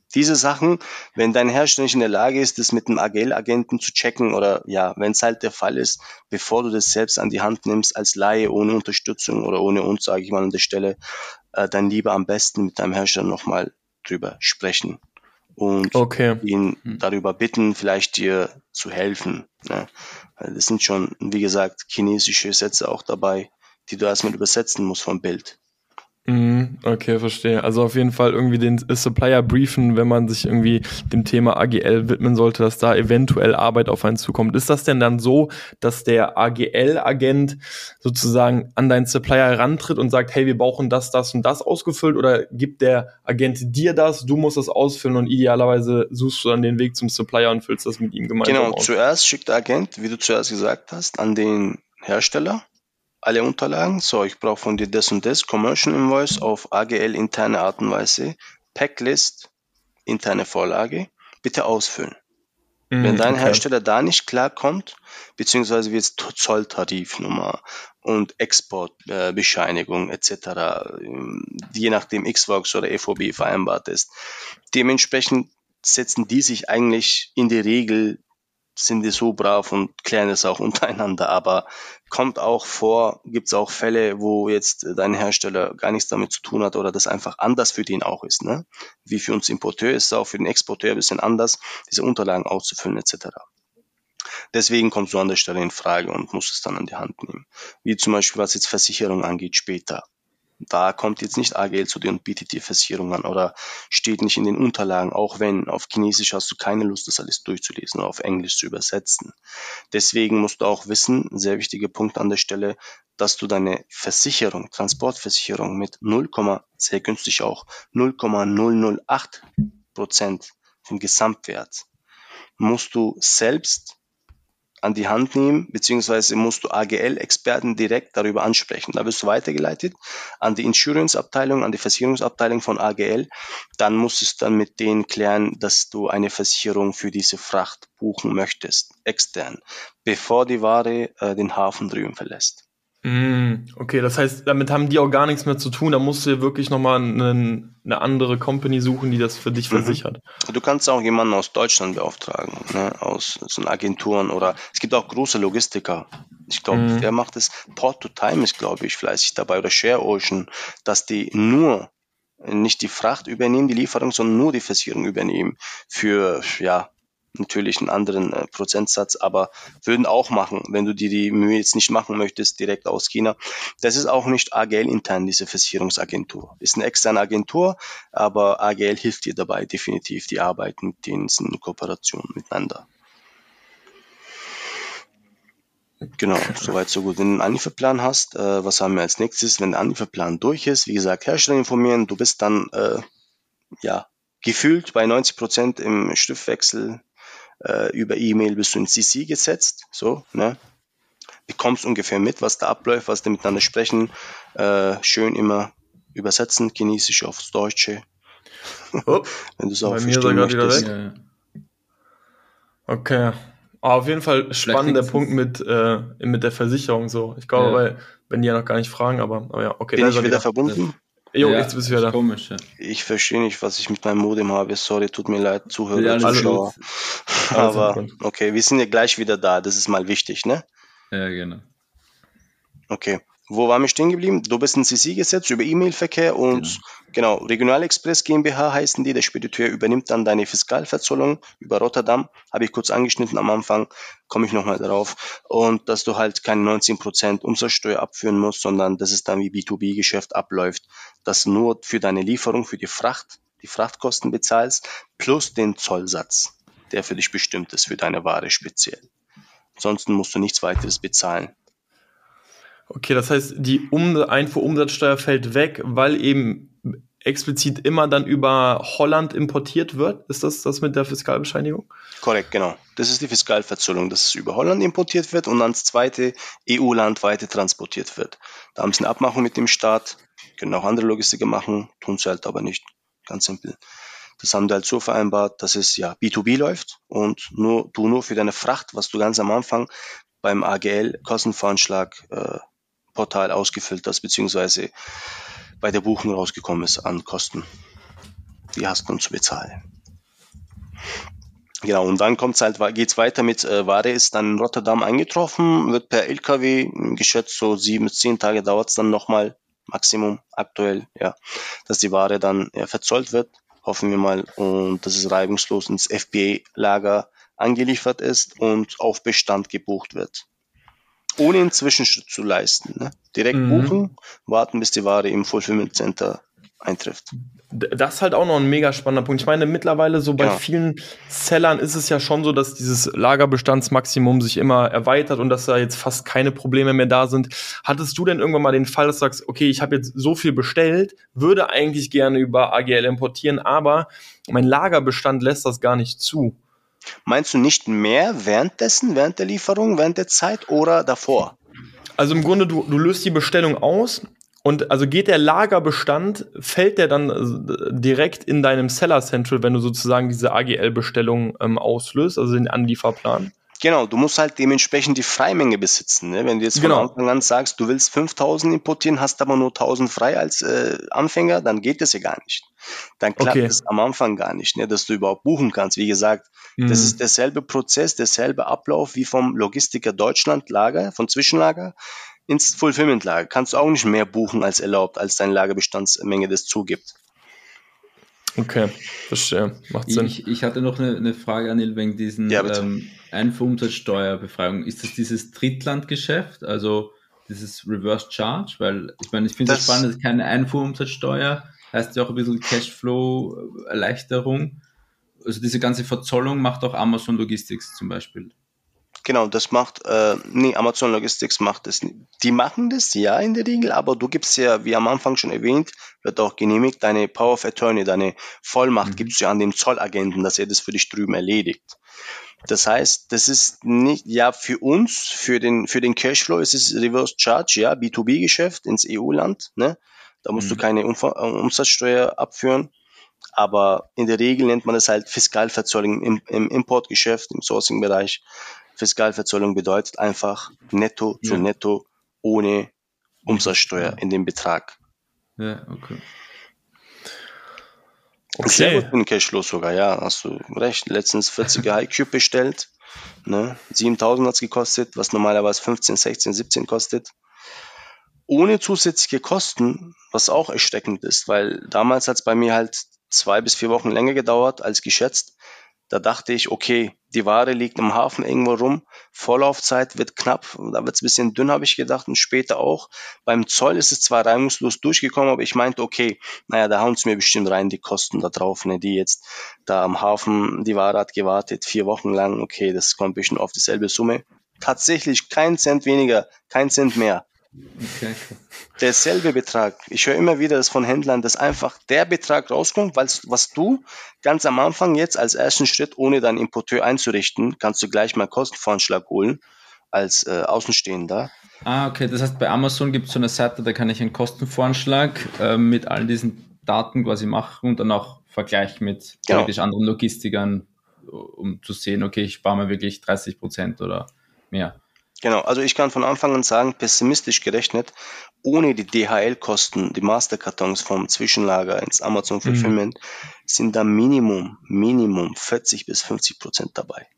Diese Sachen, wenn dein Hersteller nicht in der Lage ist, das mit einem A G L-Agenten zu checken oder ja, wenn es halt der Fall ist, bevor du das selbst an die Hand nimmst als Laie ohne Unterstützung oder ohne uns, sage ich mal an der Stelle, äh, dann lieber am besten mit deinem Hersteller nochmal drüber sprechen und Okay. ihn darüber bitten, vielleicht dir zu helfen. Ne? Weil das sind schon, wie gesagt, chinesische Sätze auch dabei, die du erstmal übersetzen musst vom Bild. Mhm, okay, verstehe. Also auf jeden Fall irgendwie den Supplier briefen, wenn man sich irgendwie dem Thema A G L widmen sollte, dass da eventuell Arbeit auf einen zukommt. Ist das denn dann so, dass der A G L-Agent sozusagen an deinen Supplier herantritt und sagt, hey, wir brauchen das, das und das ausgefüllt, oder gibt der Agent dir das, du musst das ausfüllen und idealerweise suchst du dann den Weg zum Supplier und füllst das mit ihm gemeinsam Genau, aus? zuerst schickt der Agent, wie du zuerst gesagt hast, an den Hersteller alle Unterlagen. So, ich brauche von dir das und das, Commercial Invoice auf A G L interne Art und Weise, Packlist, interne Vorlage, bitte ausfüllen. Mhm, Wenn dein okay. Hersteller da nicht klarkommt, beziehungsweise wie jetzt Zolltarifnummer und Exportbescheinigung et cetera, je nachdem X-Works oder E V B vereinbart ist, dementsprechend setzen die sich eigentlich in der Regel, sind die so brav und klären es auch untereinander, aber kommt auch vor, gibt es auch Fälle, wo jetzt dein Hersteller gar nichts damit zu tun hat oder das einfach anders für den auch ist. Ne? Wie für uns Importeur ist es auch für den Exporteur ein bisschen anders, diese Unterlagen auszufüllen et cetera. Deswegen kommst du an der Stelle in Frage und musst es dann an die Hand nehmen. Wie zum Beispiel, was jetzt Versicherung angeht später. Da kommt jetzt nicht A G L zu dir und bietet dir Versicherung an oder steht nicht in den Unterlagen, auch wenn auf Chinesisch hast du keine Lust, das alles durchzulesen oder auf Englisch zu übersetzen. Deswegen musst du auch wissen, ein sehr wichtiger Punkt an der Stelle, dass du deine Versicherung, Transportversicherung mit null, sehr günstig auch, null Komma null null acht Prozent vom Gesamtwert musst du selbst an die Hand nehmen, beziehungsweise musst du A G L-Experten direkt darüber ansprechen. Da wirst du weitergeleitet an die Insurance-Abteilung, an die Versicherungsabteilung von A G L. Dann musst du es dann mit denen klären, dass du eine Versicherung für diese Fracht buchen möchtest, extern, bevor die Ware äh, den Hafen drüben verlässt. Mm, okay, das heißt, damit haben die auch gar nichts mehr zu tun. Da musst du dir wirklich nochmal eine, eine andere Company suchen, die das für dich Mhm. versichert. Du kannst auch jemanden aus Deutschland beauftragen, ne, aus so Agenturen oder es gibt auch große Logistiker. Ich glaube, Mhm. wer macht das? Port to Time ist, glaube ich, fleißig dabei oder Share Ocean, dass die nur nicht die Fracht übernehmen, die Lieferung, sondern nur die Versicherung übernehmen für, ja, natürlich einen anderen äh, Prozentsatz, aber würden auch machen, wenn du dir die Mühe jetzt nicht machen möchtest, direkt aus China. Das ist auch nicht A G L intern, diese Versicherungsagentur. Ist eine externe Agentur, aber A G L hilft dir dabei definitiv, die Arbeit mit denen sind in Kooperation miteinander. Genau, soweit so gut. Wenn du einen Anlieferplan hast, äh, was haben wir als nächstes? Wenn der Anlieferplan durch ist, wie gesagt, Hersteller informieren, du bist dann äh, ja gefühlt bei neunzig Prozent im Stiftwechsel. Äh, über E-Mail bist du in C C gesetzt, so, ne? Bekommst ungefähr mit, was da abläuft, was die miteinander sprechen. Äh, schön immer übersetzen, Chinesisch aufs Deutsche. Oh, wenn du es auch bei mir ist er verstehen gerade wieder möchtest. weg. Ja, ja. Okay. Aber auf jeden Fall spannender hängt's Punkt mit, äh, mit der Versicherung so. Ich glaube, Ja. weil, wenn die ja noch gar nicht fragen, aber, aber ja, okay. Bin da ich ist er wieder verbunden? Jo, Ja, jetzt bist du ist wieder da. komisch, ja. Ich verstehe nicht, was ich mit meinem Modem habe. Sorry, tut mir leid, Zuhörer, Ja, alles Zuschauer. gut. Alles Aber entspannt. okay, wir sind ja gleich wieder da. Das ist mal wichtig, ne? Ja, genau. Okay. Wo waren wir stehen geblieben? Du bist in C C gesetzt über E-Mail-Verkehr und genau, Regionalexpress GmbH heißen die. Der Spediteur übernimmt dann deine Fiskalverzollung über Rotterdam. Habe ich kurz angeschnitten am Anfang, komme ich nochmal darauf. Und dass du halt keine neunzehn Prozent Umsatzsteuer abführen musst, sondern dass es dann wie B zwei B-Geschäft abläuft, dass du nur für deine Lieferung, für die Fracht, die Frachtkosten bezahlst, plus den Zollsatz, der für dich bestimmt ist, für deine Ware speziell. Ansonsten musst du nichts weiteres bezahlen. Okay, das heißt, die um Einfuhrumsatzsteuer fällt weg, weil eben explizit immer dann über Holland importiert wird. Ist das das mit der Fiskalbescheinigung? Korrekt, genau. Das ist die Fiskalverzollung, dass es über Holland importiert wird und ans zweite E U-Land weiter transportiert wird. Da haben sie eine Abmachung mit dem Staat, können auch andere Logistiker machen, tun sie halt aber nicht. Ganz simpel. Das haben die halt so vereinbart, dass es ja B zwei B läuft und nur du nur für deine Fracht, was du ganz am Anfang beim A G L-Kostenvoranschlag äh, Portal ausgefüllt hast, beziehungsweise bei der Buchung rausgekommen ist an Kosten. Die hast du dann zu bezahlen. Genau, und dann kommt's halt, geht's weiter mit, äh, Ware ist dann in Rotterdam eingetroffen, wird per L K W, geschätzt so sieben bis zehn Tage dauert's dann nochmal, Maximum aktuell, ja, dass die Ware dann ja, verzollt wird, hoffen wir mal, und dass es reibungslos ins F B A-Lager angeliefert ist und auf Bestand gebucht wird. Ohne einen Zwischenschritt zu leisten. Ne? Direkt Mhm. buchen, warten, bis die Ware im Fulfillment Center eintrifft. Das ist halt auch noch ein mega spannender Punkt. Ich meine, mittlerweile so bei Ja. vielen Sellern ist es ja schon so, dass dieses Lagerbestandsmaximum sich immer erweitert und dass da jetzt fast keine Probleme mehr da sind. Hattest du denn irgendwann mal den Fall, dass du sagst, okay, ich habe jetzt so viel bestellt, würde eigentlich gerne über A G L importieren, aber mein Lagerbestand lässt das gar nicht zu? Meinst du nicht mehr währenddessen, während der Lieferung, während der Zeit oder davor? Also im Grunde, du, du löst die Bestellung aus und also geht der Lagerbestand, fällt der dann äh, direkt in deinem Seller Central, wenn du sozusagen diese A G L-Bestellung ähm, auslöst, also den Anlieferplan? Genau, du musst halt dementsprechend die Freimenge besitzen. Ne? Wenn du jetzt von Genau. Anfang an sagst, du willst fünftausend importieren, hast aber nur tausend frei als äh, Anfänger, dann geht das ja gar nicht. Dann klappt Okay. es am Anfang gar nicht, ne? Dass du überhaupt buchen kannst. Wie gesagt, das Mhm. ist derselbe Prozess, derselbe Ablauf wie vom Logistiker Deutschland Lager, von Zwischenlager ins Fulfillment-Lager. Kannst du auch nicht mehr buchen als erlaubt, als deine Lagerbestandsmenge das zugibt. Okay, verstehe. Macht Sinn. Ich, ich hatte noch eine, eine Frage, Anil, wegen diesen Ja, bitte. ähm, Einfuhrumsatzsteuerbefreiung. Ist das dieses Drittlandgeschäft, also dieses Reverse Charge? Weil ich meine, ich finde es Das- spannend, das ist keine Einfuhrumsatzsteuer, heißt ja auch ein bisschen Cashflow-Erleichterung. Also diese ganze Verzollung macht auch Amazon Logistics zum Beispiel. Genau, das macht, äh, nee, Amazon Logistics macht das nicht. Die machen das, ja, in der Regel, aber du gibst ja, wie am Anfang schon erwähnt, wird auch genehmigt, deine Power of Attorney, deine Vollmacht Mhm. gibst du ja an den Zollagenten, dass er das für dich drüben erledigt. Das heißt, das ist nicht, ja, für uns, für den, für den Cashflow ist es Reverse Charge, ja, B zwei B-Geschäft ins E U-Land, ne? Da musst Mhm. du keine Umfa- äh, Umsatzsteuer abführen. Aber in der Regel nennt man das halt Fiskalverzollung im, im Importgeschäft, im Sourcing-Bereich. Fiskalverzollung bedeutet einfach netto zu Ja. netto ohne Umsatzsteuer in dem Betrag. Ja, okay. Sehr gut Okay. für den Cashflow sogar, ja, hast du recht. Letztens vierziger High Cube bestellt, ne? siebentausend hat's gekostet, was normalerweise fünfzehn, sechzehn, siebzehn kostet. Ohne zusätzliche Kosten, was auch erschreckend ist, weil damals hat's bei mir halt zwei bis vier Wochen länger gedauert als geschätzt. Da dachte ich, okay, die Ware liegt im Hafen irgendwo rum, Vorlaufzeit wird knapp, da wird's ein bisschen dünn, habe ich gedacht, und später auch. Beim Zoll ist es zwar reibungslos durchgekommen, aber ich meinte, okay, naja, da hauen sie mir bestimmt rein die Kosten da drauf, ne, die jetzt da am Hafen, die Ware hat gewartet, vier Wochen lang, okay, das kommt bestimmt auf dieselbe Summe. Tatsächlich kein Cent weniger, kein Cent mehr. Okay. Derselbe Betrag. Ich höre immer wieder das von Händlern, dass einfach der Betrag rauskommt, weil was du ganz am Anfang jetzt als ersten Schritt, ohne deinen Importeur einzurichten, kannst du gleich mal Kostenvoranschlag holen als äh, Außenstehender. Ah, okay. Das heißt, bei Amazon gibt es so eine Seite, da kann ich einen Kostenvoranschlag äh, mit all diesen Daten quasi machen und dann auch vergleichen mit Genau. theoretisch anderen Logistikern, um zu sehen, okay, ich spare mir wirklich dreißig Prozent oder mehr. Genau, also ich kann von Anfang an sagen, pessimistisch gerechnet, ohne die D H L-Kosten, die Masterkartons vom Zwischenlager ins Amazon Fulfillment, mhm. sind da Minimum, Minimum vierzig bis fünfzig Prozent dabei.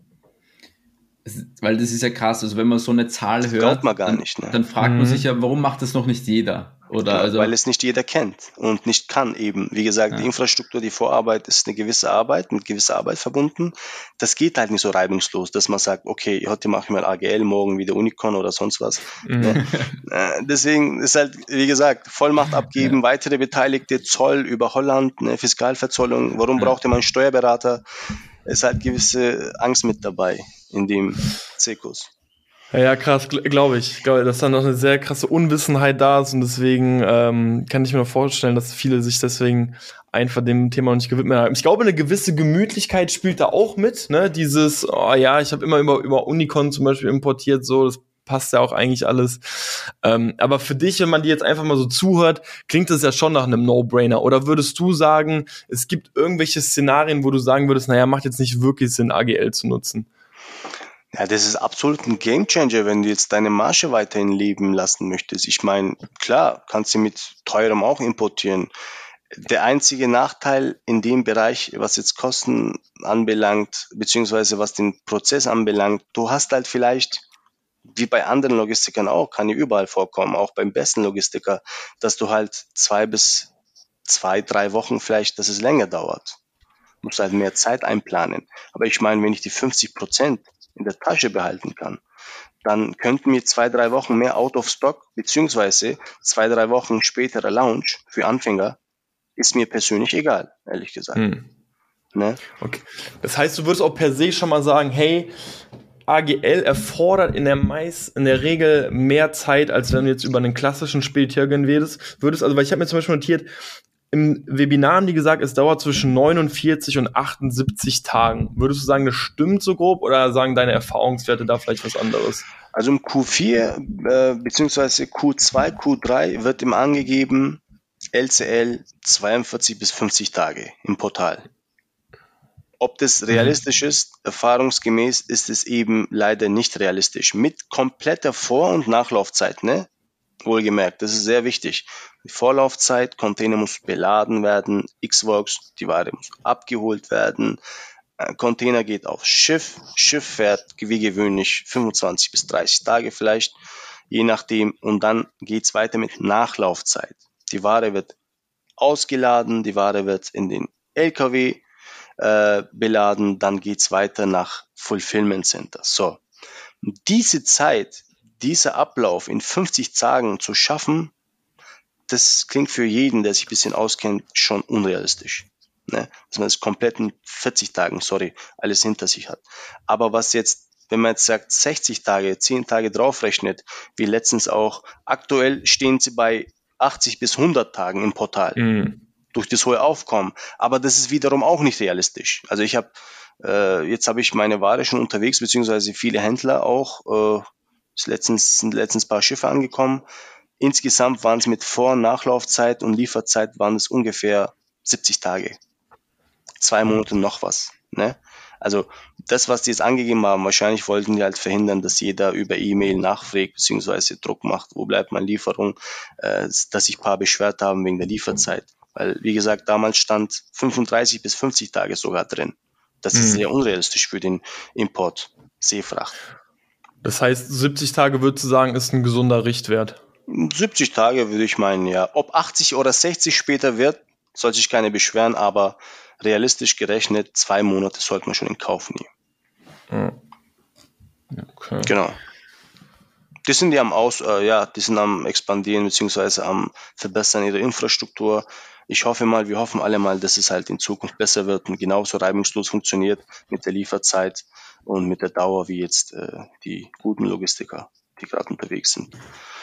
Es, weil das ist ja krass, also wenn man so eine Zahl das hört, glaubt man gar dann, nicht, ne? dann fragt Mhm. man sich ja, warum macht das noch nicht jeder? Oder Klar, also, weil es nicht jeder kennt und nicht kann eben. Wie gesagt, Ja. die Infrastruktur, die Vorarbeit ist eine gewisse Arbeit, mit gewisser Arbeit verbunden. Das geht halt nicht so reibungslos, dass man sagt, okay, heute mache ich mal A G L, morgen wieder Unicon oder sonst was. Mhm. Ne? Äh, Deswegen ist halt, wie gesagt, Vollmacht abgeben, weitere Beteiligte, Zoll über Holland, ne, Fiskalverzollung. Warum Ja. braucht ihr mal einen Steuerberater? Es ist halt gewisse Angst mit dabei in dem Zirkus. Ja, ja, krass, gl- glaube ich. Ich glaube, dass da noch eine sehr krasse Unwissenheit da ist und deswegen ähm, kann ich mir vorstellen, dass viele sich deswegen einfach dem Thema noch nicht gewidmet haben. Ich glaube, eine gewisse Gemütlichkeit spielt da auch mit, ne? Dieses, oh ja, ich habe immer über, über Unicon zum Beispiel importiert, so, das passt ja auch eigentlich alles. Ähm, aber für dich, wenn man dir jetzt einfach mal so zuhört, klingt das ja schon nach einem No-Brainer. Oder würdest du sagen, es gibt irgendwelche Szenarien, wo du sagen würdest, naja, macht jetzt nicht wirklich Sinn, A G L zu nutzen? Ja, das ist absolut ein Gamechanger, wenn du jetzt deine Marge weiterhin leben lassen möchtest. Ich meine, klar, kannst du mit teurem auch importieren. Der einzige Nachteil in dem Bereich, was jetzt Kosten anbelangt, beziehungsweise was den Prozess anbelangt, du hast halt vielleicht, wie bei anderen Logistikern auch, kann ja überall vorkommen, auch beim besten Logistiker, dass du halt zwei bis zwei, drei Wochen vielleicht, dass es länger dauert. Du musst halt mehr Zeit einplanen. Aber ich meine, wenn ich die fünfzig Prozent in der Tasche behalten kann, dann könnten mir zwei, drei Wochen mehr out of stock, beziehungsweise zwei, drei Wochen späterer Launch für Anfänger, ist mir persönlich egal, ehrlich gesagt. Hm. Ne? Okay. Das heißt, du würdest auch per se schon mal sagen, hey, A G L erfordert in der meist, in der Regel mehr Zeit, als wenn du jetzt über einen klassischen Spediteur gehen würdest. würdest also, weil ich habe mir zum Beispiel notiert, im Webinar haben die gesagt, es dauert zwischen neunundvierzig und achtundsiebzig Tagen. Würdest du sagen, das stimmt so grob oder sagen deine Erfahrungswerte da vielleicht was anderes? Also im Q vier äh, beziehungsweise Q zwei, Q drei wird ihm angegeben L C L zweiundvierzig bis fünfzig Tage im Portal. Ob das realistisch mhm. ist, erfahrungsgemäß ist es eben leider nicht realistisch. Mit kompletter Vor- und Nachlaufzeit, ne? Wohlgemerkt, das ist sehr wichtig. Die Vorlaufzeit, Container muss beladen werden, X-Works, die Ware muss abgeholt werden, Container geht aufs Schiff, Schiff fährt wie gewöhnlich fünfundzwanzig bis dreißig Tage vielleicht, je nachdem, und dann geht's weiter mit Nachlaufzeit. Die Ware wird ausgeladen, die Ware wird in den L K W äh, beladen, dann geht's weiter nach Fulfillment Center. So, diese Zeit, dieser Ablauf in fünfzig Tagen zu schaffen, das klingt für jeden, der sich ein bisschen auskennt, schon unrealistisch. Ne? Dass man das komplett in vierzig Tagen, sorry, alles hinter sich hat. Aber was jetzt, wenn man jetzt sagt, sechzig Tage, zehn Tage draufrechnet, wie letztens auch, aktuell stehen sie bei achtzig bis hundert Tagen im Portal. Mhm. Durch das hohe Aufkommen. Aber das ist wiederum auch nicht realistisch. Also ich habe, äh, jetzt habe ich meine Ware schon unterwegs, beziehungsweise viele Händler auch, äh, letztens, sind letztens ein paar Schiffe angekommen. Insgesamt waren es mit Vor- und Nachlaufzeit und Lieferzeit waren es ungefähr siebzig Tage. Zwei Monate noch was. Ne? Also das, was die jetzt angegeben haben, wahrscheinlich wollten die halt verhindern, dass jeder über E-Mail nachfragt, beziehungsweise Druck macht, wo bleibt meine Lieferung, äh, dass sich ein paar beschwert haben wegen der Lieferzeit. Weil, wie gesagt, damals stand fünfunddreißig bis fünfzig Tage sogar drin. Das ist mhm. sehr unrealistisch für den Import Seefracht. Das heißt, siebzig Tage würdest du sagen, ist ein gesunder Richtwert? siebzig Tage würde ich meinen, ja. Ob achtzig oder sechzig später wird, soll sich keiner beschweren, aber realistisch gerechnet, zwei Monate sollte man schon in Kauf nehmen. Okay. Genau. Die sind ja am Aus, äh, ja, die sind am expandieren bzw. am verbessern ihre Infrastruktur. Ich hoffe mal, wir hoffen alle mal, dass es halt in Zukunft besser wird und genauso reibungslos funktioniert mit der Lieferzeit und mit der Dauer wie jetzt äh, die guten Logistiker, die gerade unterwegs sind.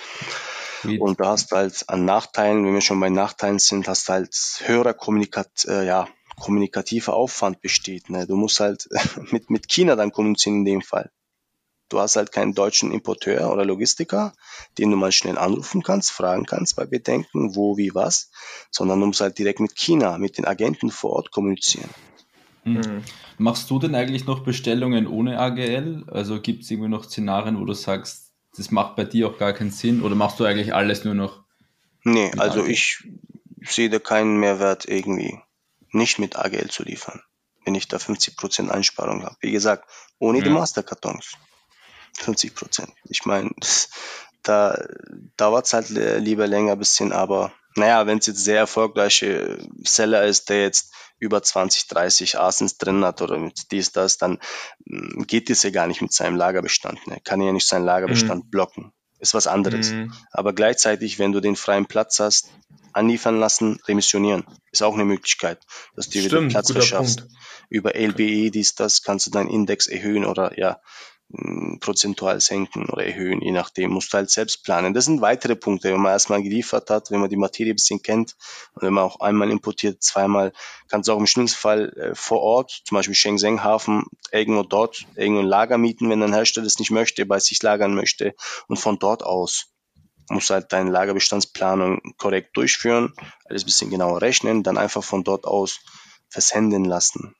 Und da hast du halt an Nachteilen, wenn wir schon bei Nachteilen sind, hast du halt höherer Kommunikat, äh, ja, kommunikativer Aufwand besteht. Ne? Du musst halt mit, mit China dann kommunizieren in dem Fall. Du hast halt keinen deutschen Importeur oder Logistiker, den du mal schnell anrufen kannst, fragen kannst bei Bedenken, wo, wie, was, sondern du musst halt direkt mit China, mit den Agenten vor Ort kommunizieren. Mhm. Machst du denn eigentlich noch Bestellungen ohne A G L? Also gibt es irgendwie noch Szenarien, wo du sagst, das macht bei dir auch gar keinen Sinn, oder machst du eigentlich alles nur noch? Nee, also A G L? Ich sehe da keinen Mehrwert irgendwie, nicht mit A G L zu liefern, wenn ich da fünfzig Prozent Einsparung habe. Wie gesagt, ohne ja. die Masterkartons. fünfzig Prozent. Ich meine, da dauert es halt lieber länger ein bisschen, aber naja, wenn es jetzt sehr erfolgreiche Seller ist, der jetzt über zwanzig, dreißig Asens drin hat oder mit dies, das, dann geht das ja gar nicht mit seinem Lagerbestand. Ne? Kann ja nicht seinen Lagerbestand mhm. blocken. Ist was anderes. Mhm. Aber gleichzeitig, wenn du den freien Platz hast, anliefern lassen, remissionieren. Ist auch eine Möglichkeit, dass du Stimmt, wieder Platz verschaffst. Punkt. Über L B E, dies, das, kannst du deinen Index erhöhen oder ja, prozentual senken oder erhöhen, je nachdem, musst du halt selbst planen. Das sind weitere Punkte, wenn man erstmal geliefert hat, wenn man die Materie ein bisschen kennt und wenn man auch einmal importiert, zweimal, kannst du auch im schlimmsten Fall äh, vor Ort, zum Beispiel Shenzhen Hafen, irgendwo dort, irgendwo ein Lager mieten, wenn ein Hersteller es nicht möchte, bei sich lagern möchte und von dort aus musst du halt deine Lagerbestandsplanung korrekt durchführen, alles ein bisschen genauer rechnen, dann einfach von dort aus versenden lassen.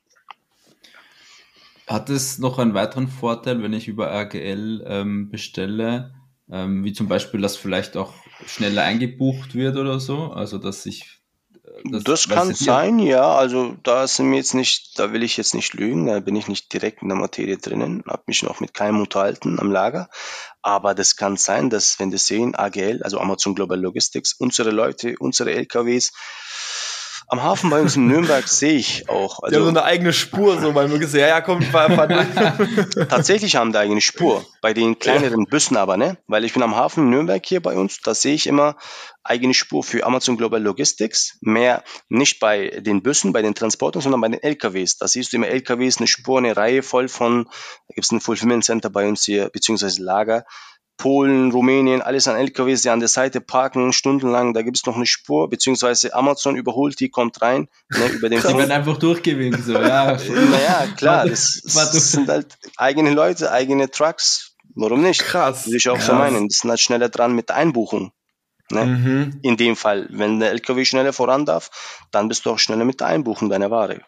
Hat es noch einen weiteren Vorteil, wenn ich über A G L ähm, bestelle, ähm, wie zum Beispiel, dass vielleicht auch schneller eingebucht wird oder so, also dass ich Das, Das weißt kann du dir? sein, ja. Also da sind mir jetzt nicht, da will ich jetzt nicht lügen, da bin ich nicht direkt in der Materie drinnen, habe mich noch mit keinem unterhalten am Lager. Aber das kann sein, dass wenn die sehen, A G L, also Amazon Global Logistics, unsere Leute, unsere L K Ws am Hafen bei uns in Nürnberg sehe ich auch. Die haben so Also eine eigene Spur, so weil möglichst, ja, ja, komm, fahr, fahr durch. tatsächlich haben die eigene Spur, bei den kleineren Bussen aber, ne? Weil ich bin am Hafen in Nürnberg hier bei uns, da sehe ich immer eigene Spur für Amazon Global Logistics, mehr nicht bei den Bussen, bei den Transportern, sondern bei den L K Ws. Da siehst du immer L K Ws, eine Spur, eine Reihe voll von, da gibt es ein Fulfillment Center bei uns hier, beziehungsweise Lager. Polen, Rumänien, alles an L K Ws, die an der Seite parken, stundenlang, da gibt es noch eine Spur, beziehungsweise Amazon überholt die, kommt rein, ne, über den Die Ding. werden einfach durchgewinkt, so, ja. Naja, klar, War- das war du- sind halt eigene Leute, eigene Trucks. Warum nicht? Krass. Würde ich auch so krass. meinen. Die sind halt schneller dran mit der Einbuchung. Ne? Mhm. In dem Fall, wenn der L K W schneller voran darf, dann bist du auch schneller mit der Einbuchung deiner Ware.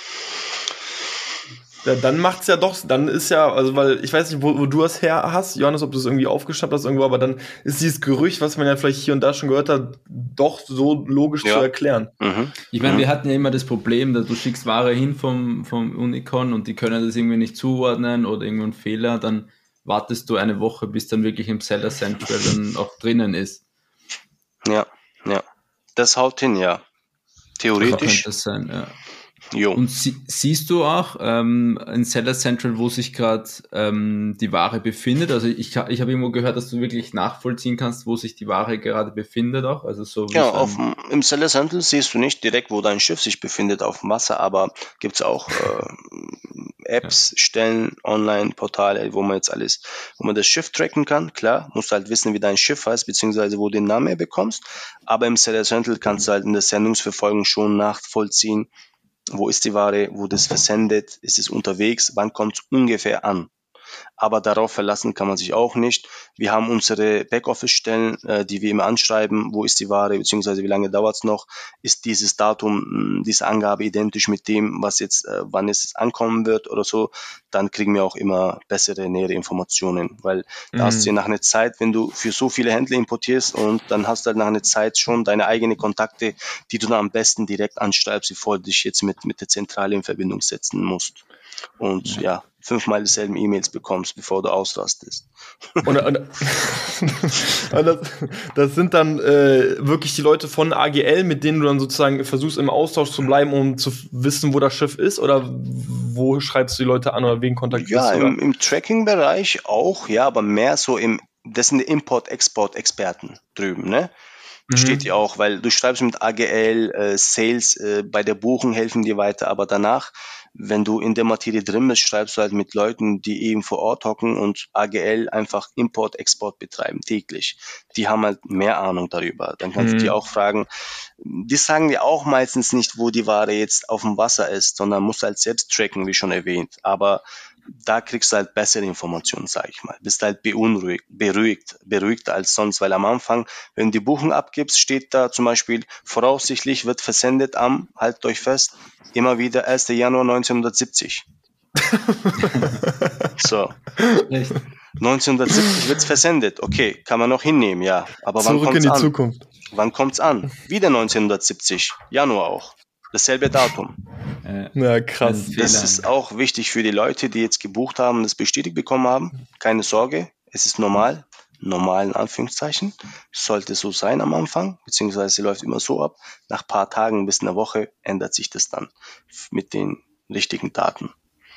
Ja, dann macht's ja doch, dann ist ja, also weil ich weiß nicht, wo, wo du das her hast, Johannes, ob du es irgendwie aufgeschnappt hast irgendwo, aber dann ist dieses Gerücht, was man ja vielleicht hier und da schon gehört hat, doch so logisch Ja. zu erklären. Mhm. Ich meine, Mhm. wir hatten ja immer das Problem, dass du schickst Ware hin vom, vom Unicon und die können das irgendwie nicht zuordnen oder irgendwo ein Fehler, dann wartest du eine Woche, bis dann wirklich im Seller Central dann auch drinnen ist. Ja, ja. Das haut hin, ja. Theoretisch. Könnte das sein, ja. Jo. Und sie, siehst du auch ähm, in Seller Central, wo sich gerade ähm, die Ware befindet? Also ich, ha- ich habe irgendwo gehört, dass du wirklich nachvollziehen kannst, wo sich die Ware gerade befindet auch. Also so wie Ja, so ein- auf, dem- im Seller Central siehst du nicht direkt, wo dein Schiff sich befindet auf dem Wasser, aber gibt's auch äh, Apps, Stellen, Online-Portale, wo man jetzt alles, wo man das Schiff tracken kann. Klar, musst du halt wissen, wie dein Schiff heißt, beziehungsweise wo du den Namen her bekommst. Aber im Seller Central kannst du halt in der Sendungsverfolgung schon nachvollziehen, wo ist die Ware, wo das versendet, ist es unterwegs, wann kommt es ungefähr an. Aber darauf verlassen kann man sich auch nicht. Wir haben unsere Backoffice-Stellen, äh, die wir immer anschreiben, wo ist die Ware, beziehungsweise wie lange dauert es noch, ist dieses Datum, mh, diese Angabe identisch mit dem, was jetzt, äh, wann es ankommen wird oder so, dann kriegen wir auch immer bessere, nähere Informationen, weil da hast du ja nach einer Zeit, wenn du für so viele Händler importierst und dann hast du halt nach einer Zeit schon deine eigenen Kontakte, die du dann am besten direkt anschreibst, bevor du dich jetzt mit, mit der Zentrale in Verbindung setzen musst. Und ja, fünfmal dieselben E-Mails bekommst, bevor du ausrastest. Und, und, und das, das sind dann äh, wirklich die Leute von A G L, mit denen du dann sozusagen versuchst im Austausch zu bleiben, um zu wissen, wo das Schiff ist? Oder wo schreibst du die Leute an oder wen kontaktierst Ja, du? im, im Tracking-Bereich auch, ja, aber mehr so im, das sind die Import-Export-Experten drüben, ne? Mhm. Steht ja auch, weil du schreibst mit A G L, äh, Sales, äh, bei der Buchung helfen dir weiter, aber danach, wenn du in der Materie drin bist, schreibst du halt mit Leuten, die eben vor Ort hocken und A G L einfach Import, Export betreiben, täglich. Die haben halt mehr Ahnung darüber. Dann kannst Mhm. du die auch fragen. Die sagen dir auch meistens nicht, wo die Ware jetzt auf dem Wasser ist, sondern musst halt selbst tracken, wie schon erwähnt. Aber da kriegst du halt bessere Informationen, sag ich mal. Bist halt beunruhigt, beruhigt, beruhigter als sonst, weil am Anfang, wenn du die Buchung abgibst, steht da zum Beispiel, voraussichtlich wird versendet am, haltet euch fest, immer wieder erster Januar neunzehnhundertsiebzig. So, Echt? neunzehnhundertsiebzig wird's versendet. Okay, kann man noch hinnehmen, ja. Aber wann Zurück in kommt's die an? Zukunft. Wann kommt's an? Wieder neunzehnhundertsiebzig, Januar auch. Dasselbe Datum. Äh, Ja, krass. Ein Das Fehler. ist auch wichtig für die Leute, die jetzt gebucht haben, das bestätigt bekommen haben. Keine Sorge, es ist normal, normal in Anführungszeichen. Sollte so sein am Anfang, beziehungsweise läuft immer so ab. Nach ein paar Tagen bis einer Woche ändert sich das dann mit den richtigen Daten.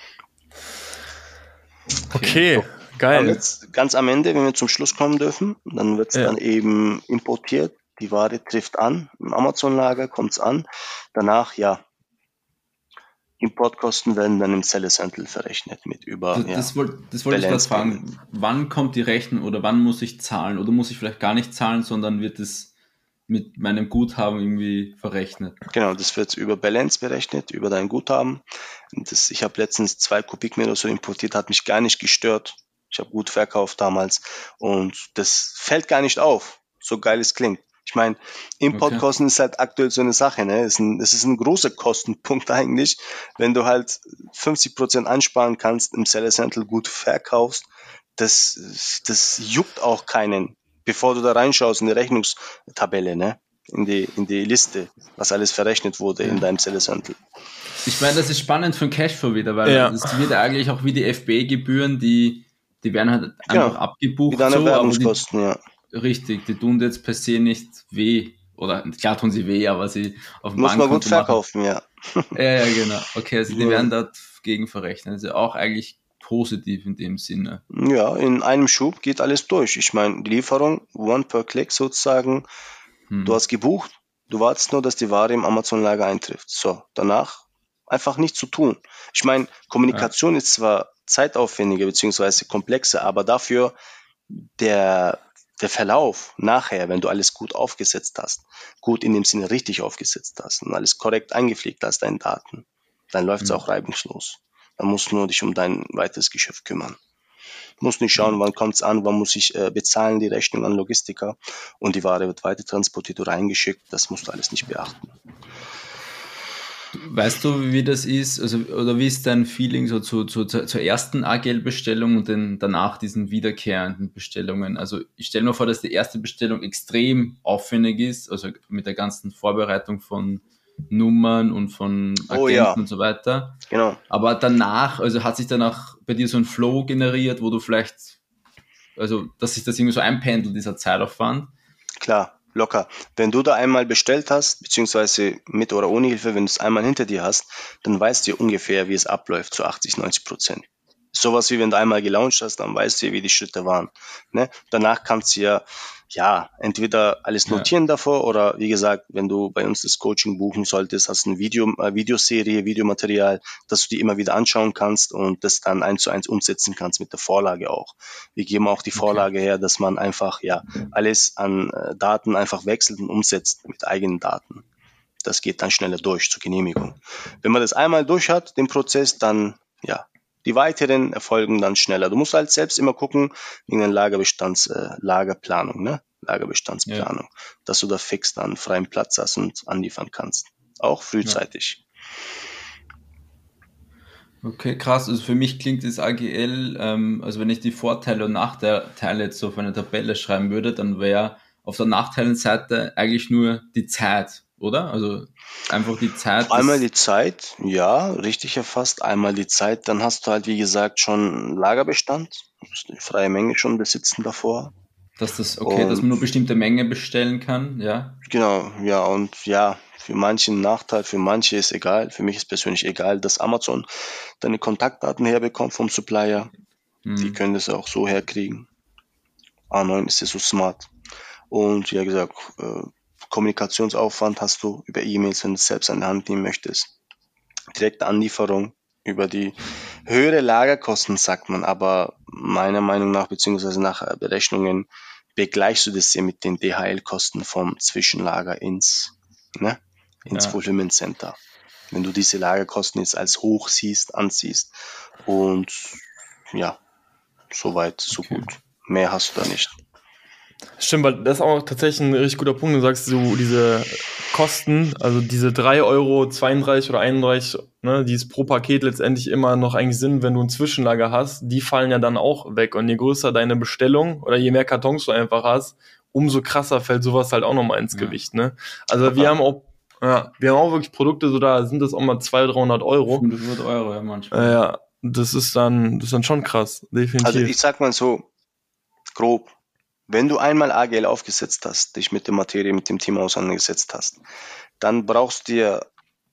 Okay, Aber geil. jetzt ganz am Ende, wenn wir zum Schluss kommen dürfen, dann wird es Ja. dann eben importiert. Die Ware trifft an, im Amazon-Lager kommt es an. Danach, ja, Importkosten werden dann im Seller Central verrechnet mit über, Das, ja, das wollte das wollte ich gerade Balance fragen. Wann kommt die Rechnung oder wann muss ich zahlen? Oder muss ich vielleicht gar nicht zahlen, sondern wird es mit meinem Guthaben irgendwie verrechnet? genau, das wird über Balance berechnet, über dein Guthaben. Und das, ich habe letztens zwei Kubikmeter so importiert, hat mich gar nicht gestört. Ich habe gut verkauft damals und das fällt gar nicht auf, so geil es klingt. Ich meine, Importkosten ist halt aktuell so eine Sache, ne? Es ist ein, es ist ein großer Kostenpunkt eigentlich, wenn du halt fünfzig Prozent ansparen kannst, im Seller Central gut verkaufst, das, das juckt auch keinen, bevor du da reinschaust in die Rechnungstabelle, ne? in die, in die Liste, was alles verrechnet wurde ja. in deinem Seller Central. Ich meine, das ist spannend für den Cashflow wieder, weil ja. das wird eigentlich auch wie die F B A-Gebühren, die, die werden halt genau. einfach abgebucht. Wie deine so, Werbungskosten, aber die, ja. Richtig, die tun jetzt per se nicht weh. Oder klar tun sie weh, aber sie auf dem Muss man gut verkaufen, machen. ja. Ja, ja, genau. Okay, also die ja. werden dagegen verrechnet. Also auch eigentlich positiv in dem Sinne. Ja, in einem Schub geht alles durch. Ich meine, die Lieferung, one per Click sozusagen. Hm. Du hast gebucht, du wartest nur, dass die Ware im Amazon-Lager eintrifft. So, danach einfach nichts zu tun. Ich meine, Kommunikation ja. ist zwar zeitaufwendiger bzw. komplexer, aber dafür der, der Verlauf nachher, wenn du alles gut aufgesetzt hast, gut in dem Sinne richtig aufgesetzt hast und alles korrekt eingepflegt hast, deine Daten, dann läuft es mhm. auch reibungslos. Dann musst du nur dich um dein weiteres Geschäft kümmern. Du musst nicht schauen, wann kommt es an, wann muss ich äh, bezahlen, die Rechnung an Logistiker und die Ware wird weiter transportiert oder eingeschickt. Das musst du alles nicht beachten. Weißt du, wie das ist, also oder wie ist dein Feeling so zu, zu, zur ersten A G L-Bestellung und den, danach diesen wiederkehrenden Bestellungen? Also ich stelle mir vor, dass die erste Bestellung extrem aufwendig ist, also mit der ganzen Vorbereitung von Nummern und von Agenten oh, ja. und so weiter. Genau. Aber danach, also hat sich danach bei dir so ein Flow generiert, wo du vielleicht, also dass sich das irgendwie so einpendelt, dieser Zeitaufwand? Klar. Locker. Wenn du da einmal bestellt hast, beziehungsweise mit oder ohne Hilfe, wenn du es einmal hinter dir hast, dann weißt du ungefähr, wie es abläuft, zu achtzig, neunzig Prozent. Sowas wie wenn du einmal gelauncht hast, dann weißt du, wie die Schritte waren. Ne? Danach kannst du ja, ja, entweder alles notieren ja. davor oder wie gesagt, wenn du bei uns das Coaching buchen solltest, hast du eine Video, äh, Videoserie, Videomaterial, dass du die immer wieder anschauen kannst und das dann eins zu eins umsetzen kannst mit der Vorlage auch. Wir geben auch die Vorlage okay. her, dass man einfach ja alles an äh, Daten einfach wechselt und umsetzt mit eigenen Daten. Das geht dann schneller durch zur Genehmigung. Wenn man das einmal durch hat, den Prozess, dann ja, die weiteren erfolgen dann schneller. Du musst halt selbst immer gucken, wegen der Lagerbestands, äh, Lagerplanung, ne? Lagerbestandsplanung, ja. dass du da fix dann freien Platz hast und anliefern kannst. Auch frühzeitig. Ja. Okay, krass. Also für mich klingt das A G L, ähm, also wenn ich die Vorteile und Nachteile jetzt so auf eine Tabelle schreiben würde, dann wäre auf der Nachteilenseite eigentlich nur die Zeit, oder? Also einfach die Zeit. Einmal die Zeit, ja, richtig erfasst. Einmal die Zeit, dann hast du halt, wie gesagt, schon Lagerbestand. Du musst die freie Menge schon besitzen davor. Dass das, okay, und, dass man nur bestimmte Menge bestellen kann, ja? Genau, ja, und ja, für manche ein Nachteil, für manche ist egal. Für mich ist persönlich egal, dass Amazon deine Kontaktdaten herbekommt vom Supplier. Hm. Die können das auch so herkriegen. A neun ist ja so smart. Und wie gesagt, äh, Kommunikationsaufwand hast du über E-Mails, wenn du es selbst an die Hand nehmen möchtest. Direkte Anlieferung über die höhere Lagerkosten, sagt man, aber meiner Meinung nach, beziehungsweise nach Berechnungen, begleichst du das ja mit den D H L-Kosten vom Zwischenlager ins, ne, ins ja. Fulfillment Center. Wenn du diese Lagerkosten jetzt als hoch siehst, ansiehst und ja, soweit, so okay. gut. Mehr hast du da nicht. Stimmt, weil das ist auch tatsächlich ein richtig guter Punkt. Du sagst, so diese Kosten, also diese drei Euro zweiunddreißig oder einunddreißig, ne, die es pro Paket letztendlich immer noch eigentlich sind, wenn du ein Zwischenlager hast, die fallen ja dann auch weg. Und je größer deine Bestellung oder je mehr Kartons du einfach hast, umso krasser fällt sowas halt auch nochmal ins ja. Gewicht. Ne? Also Aber wir haben auch ja, wir haben auch wirklich Produkte, so da sind das auch mal zweihundert, dreihundert Euro. fünfhundert Euro, ja, manchmal. Äh, ja, das ist dann, das ist dann schon krass, definitiv. Also ich sag mal so, grob, wenn du einmal A G L aufgesetzt hast, dich mit der Materie, mit dem Thema auseinandergesetzt hast, dann brauchst du dir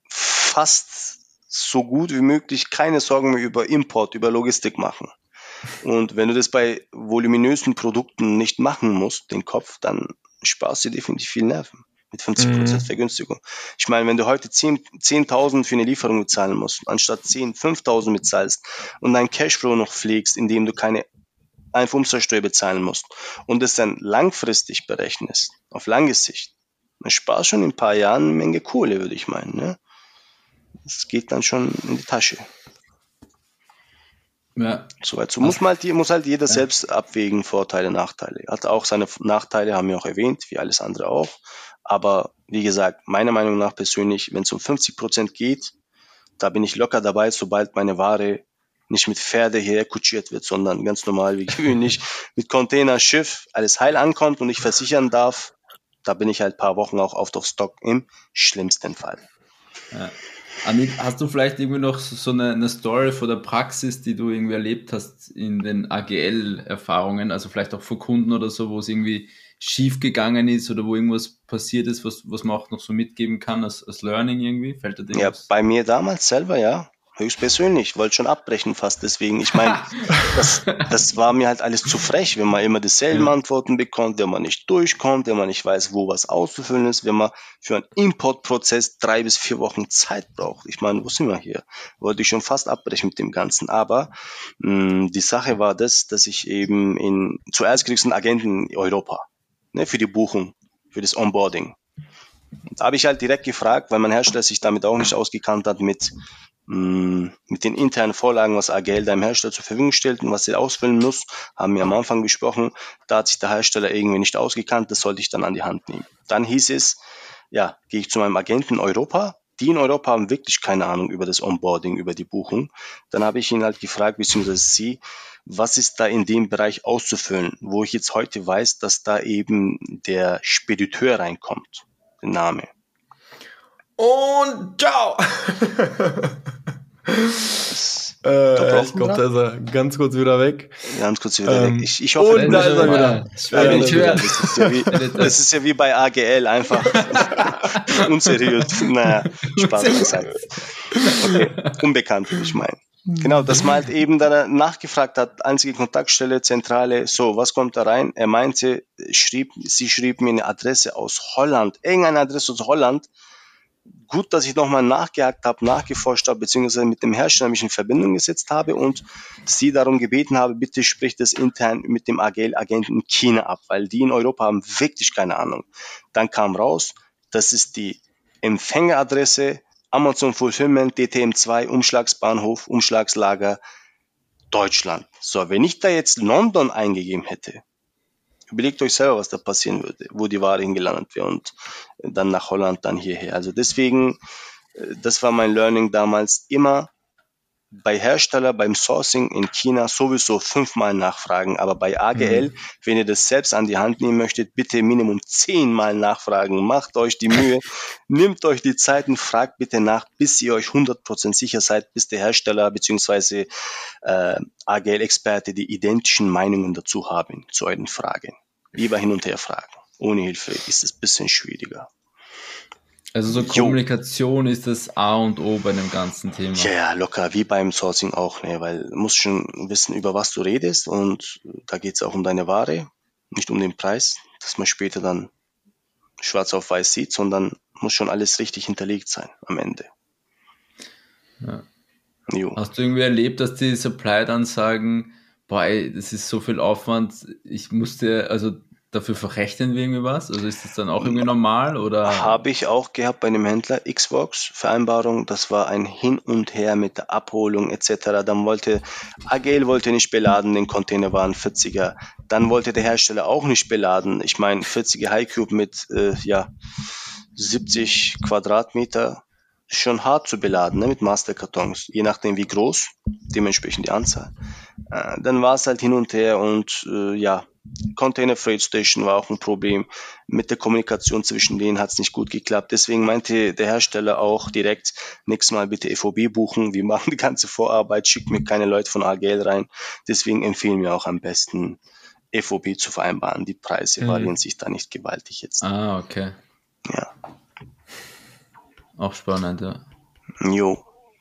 fast so gut wie möglich keine Sorgen mehr über Import, über Logistik machen. Und wenn du das bei voluminösen Produkten nicht machen musst, den Kopf, dann sparst du definitiv viel Nerven. Mit fünfzig Prozent mhm. Vergünstigung. Ich meine, wenn du heute zehntausend für eine Lieferung bezahlen musst, anstatt zehn, fünftausend bezahlst und dein Cashflow noch pflegst, indem du keine Einfuhrumsatzsteuer bezahlen musst und es dann langfristig berechnest, auf lange Sicht, dann sparst schon in ein paar Jahren eine Menge Kohle, würde ich meinen. Ne? Das geht dann schon in die Tasche. Ja. Soweit. So muss, man halt, muss halt jeder ja. selbst abwägen, Vorteile, Nachteile. Hat auch seine Nachteile, haben wir auch erwähnt, wie alles andere auch. Aber wie gesagt, meiner Meinung nach persönlich, wenn es um fünfzig Prozent geht, da bin ich locker dabei, sobald meine Ware nicht mit Pferde hierher kutschiert wird, sondern ganz normal wie gewöhnlich mit Container, Schiff, alles heil ankommt und ich versichern darf, Da bin ich halt ein paar Wochen auch out of stock im schlimmsten Fall. Ja. Anni, hast du vielleicht irgendwie noch so eine, eine Story von der Praxis, die du irgendwie erlebt hast in den A G L-Erfahrungen, also vielleicht auch vor Kunden oder so, wo es irgendwie schief gegangen ist oder wo irgendwas passiert ist, was, was man auch noch so mitgeben kann als, als Learning irgendwie? Fällt dir Ja, irgendwas? bei mir damals selber, ja. Höchstpersönlich. Ich wollte schon abbrechen fast deswegen. Ich meine, das, das war mir halt alles zu frech, wenn man immer dieselben Ja. Antworten bekommt, wenn man nicht durchkommt, wenn man nicht weiß, wo was auszufüllen ist, wenn man für einen Importprozess drei bis vier Wochen Zeit braucht. Ich meine, wo sind wir hier? Wollte ich schon fast abbrechen mit dem Ganzen. Aber mh, die Sache war das, dass ich eben in, zuerst kriegst du einen Agenten in Europa, ne, für die Buchung, für das Onboarding. Da habe ich halt direkt gefragt, weil mein Hersteller sich damit auch nicht ausgekannt hat mit, mh, mit den internen Vorlagen, was A G L deinem Hersteller zur Verfügung stellt und was er ausfüllen muss, haben wir am Anfang besprochen. Da hat sich der Hersteller irgendwie nicht ausgekannt, das sollte ich dann an die Hand nehmen. Dann hieß es, ja, gehe ich zu meinem Agenten in Europa. Die in Europa haben wirklich keine Ahnung über das Onboarding, über die Buchung. Dann habe ich ihn halt gefragt, beziehungsweise sie, was ist da in dem Bereich auszufüllen, wo ich jetzt heute weiß, dass da eben der Spediteur reinkommt. Der Name. Und ciao! äh, ich glaube, da ist er ganz kurz wieder weg. Ganz kurz wieder Ähm, weg. Ich, ich hoffe, und da ist er wieder. Spediteur. das, ist ja wie, das ist ja wie bei A G L, einfach unseriös. Naja, Spaß beiseite. Okay, unbekannt, würde ich meinen. Genau, dass man halt eben dann nachgefragt hat, einzige Kontaktstelle, Zentrale, so, was kommt da rein? Er meinte, schrieb, sie schrieb mir eine Adresse aus Holland, irgendeine Adresse aus Holland. Gut, dass ich nochmal nachgehakt habe, nachgeforscht habe, beziehungsweise mit dem Hersteller mich in Verbindung gesetzt habe und sie darum gebeten habe, bitte sprich das intern mit dem A G L-Agenten in China ab, weil die in Europa haben wirklich keine Ahnung. Dann kam raus, das ist die Empfängeradresse Amazon Fulfillment, D T M zwei, Umschlagsbahnhof, Umschlagslager, Deutschland. So, wenn ich da jetzt London eingegeben hätte, überlegt euch selber, was da passieren würde, wo die Ware hingelandet wäre und dann nach Holland, dann hierher. Also deswegen, das war mein Learning damals, immer bei Hersteller, beim Sourcing in China sowieso fünfmal nachfragen, aber bei A G L, mhm. wenn ihr das selbst an die Hand nehmen möchtet, bitte Minimum zehnmal nachfragen. Macht euch die Mühe, nehmt euch die Zeit und fragt bitte nach, bis ihr euch hundert Prozent sicher seid, bis der Hersteller bzw. Äh, A G L-Experte die identischen Meinungen dazu haben zu euren Fragen. Lieber hin und her fragen. Ohne Hilfe ist es ein bisschen schwieriger. Also so Kommunikation jo. ist das A und O bei dem ganzen Thema. Ja, ja, locker, wie beim Sourcing auch, ne? Weil du musst schon wissen, über was du redest und da geht es auch um deine Ware, nicht um den Preis, dass man später dann schwarz auf weiß sieht, sondern muss schon alles richtig hinterlegt sein am Ende. Ja. Jo. Hast du irgendwie erlebt, dass die Supply dann sagen, boah, ey, das ist so viel Aufwand, ich musste, also dafür verrechnen wir irgendwie was? Also ist das dann auch irgendwie normal? Oder? Habe ich auch gehabt bei einem Händler, Xbox Vereinbarung, das war ein Hin und Her mit der Abholung et cetera. Dann wollte, A G L wollte nicht beladen, den Container waren vierziger. Dann wollte der Hersteller auch nicht beladen. Ich meine, vierziger High Cube mit äh, ja, siebzig Quadratmeter, schon hart zu beladen, ne, mit Masterkartons, je nachdem wie groß, dementsprechend die Anzahl. Äh, dann war es halt hin und her und äh, ja, Container Freight Station war auch ein Problem. Mit der Kommunikation zwischen denen hat es nicht gut geklappt. Deswegen meinte der Hersteller auch direkt, nächstes Mal bitte F O B buchen. Wir machen die ganze Vorarbeit, schickt mir keine Leute von A G L rein. Deswegen empfehlen wir auch am besten, F O B zu vereinbaren. Die Preise mhm. variieren sich da nicht gewaltig jetzt. Ah, okay. Ja. Auch spannend, ja. Jo.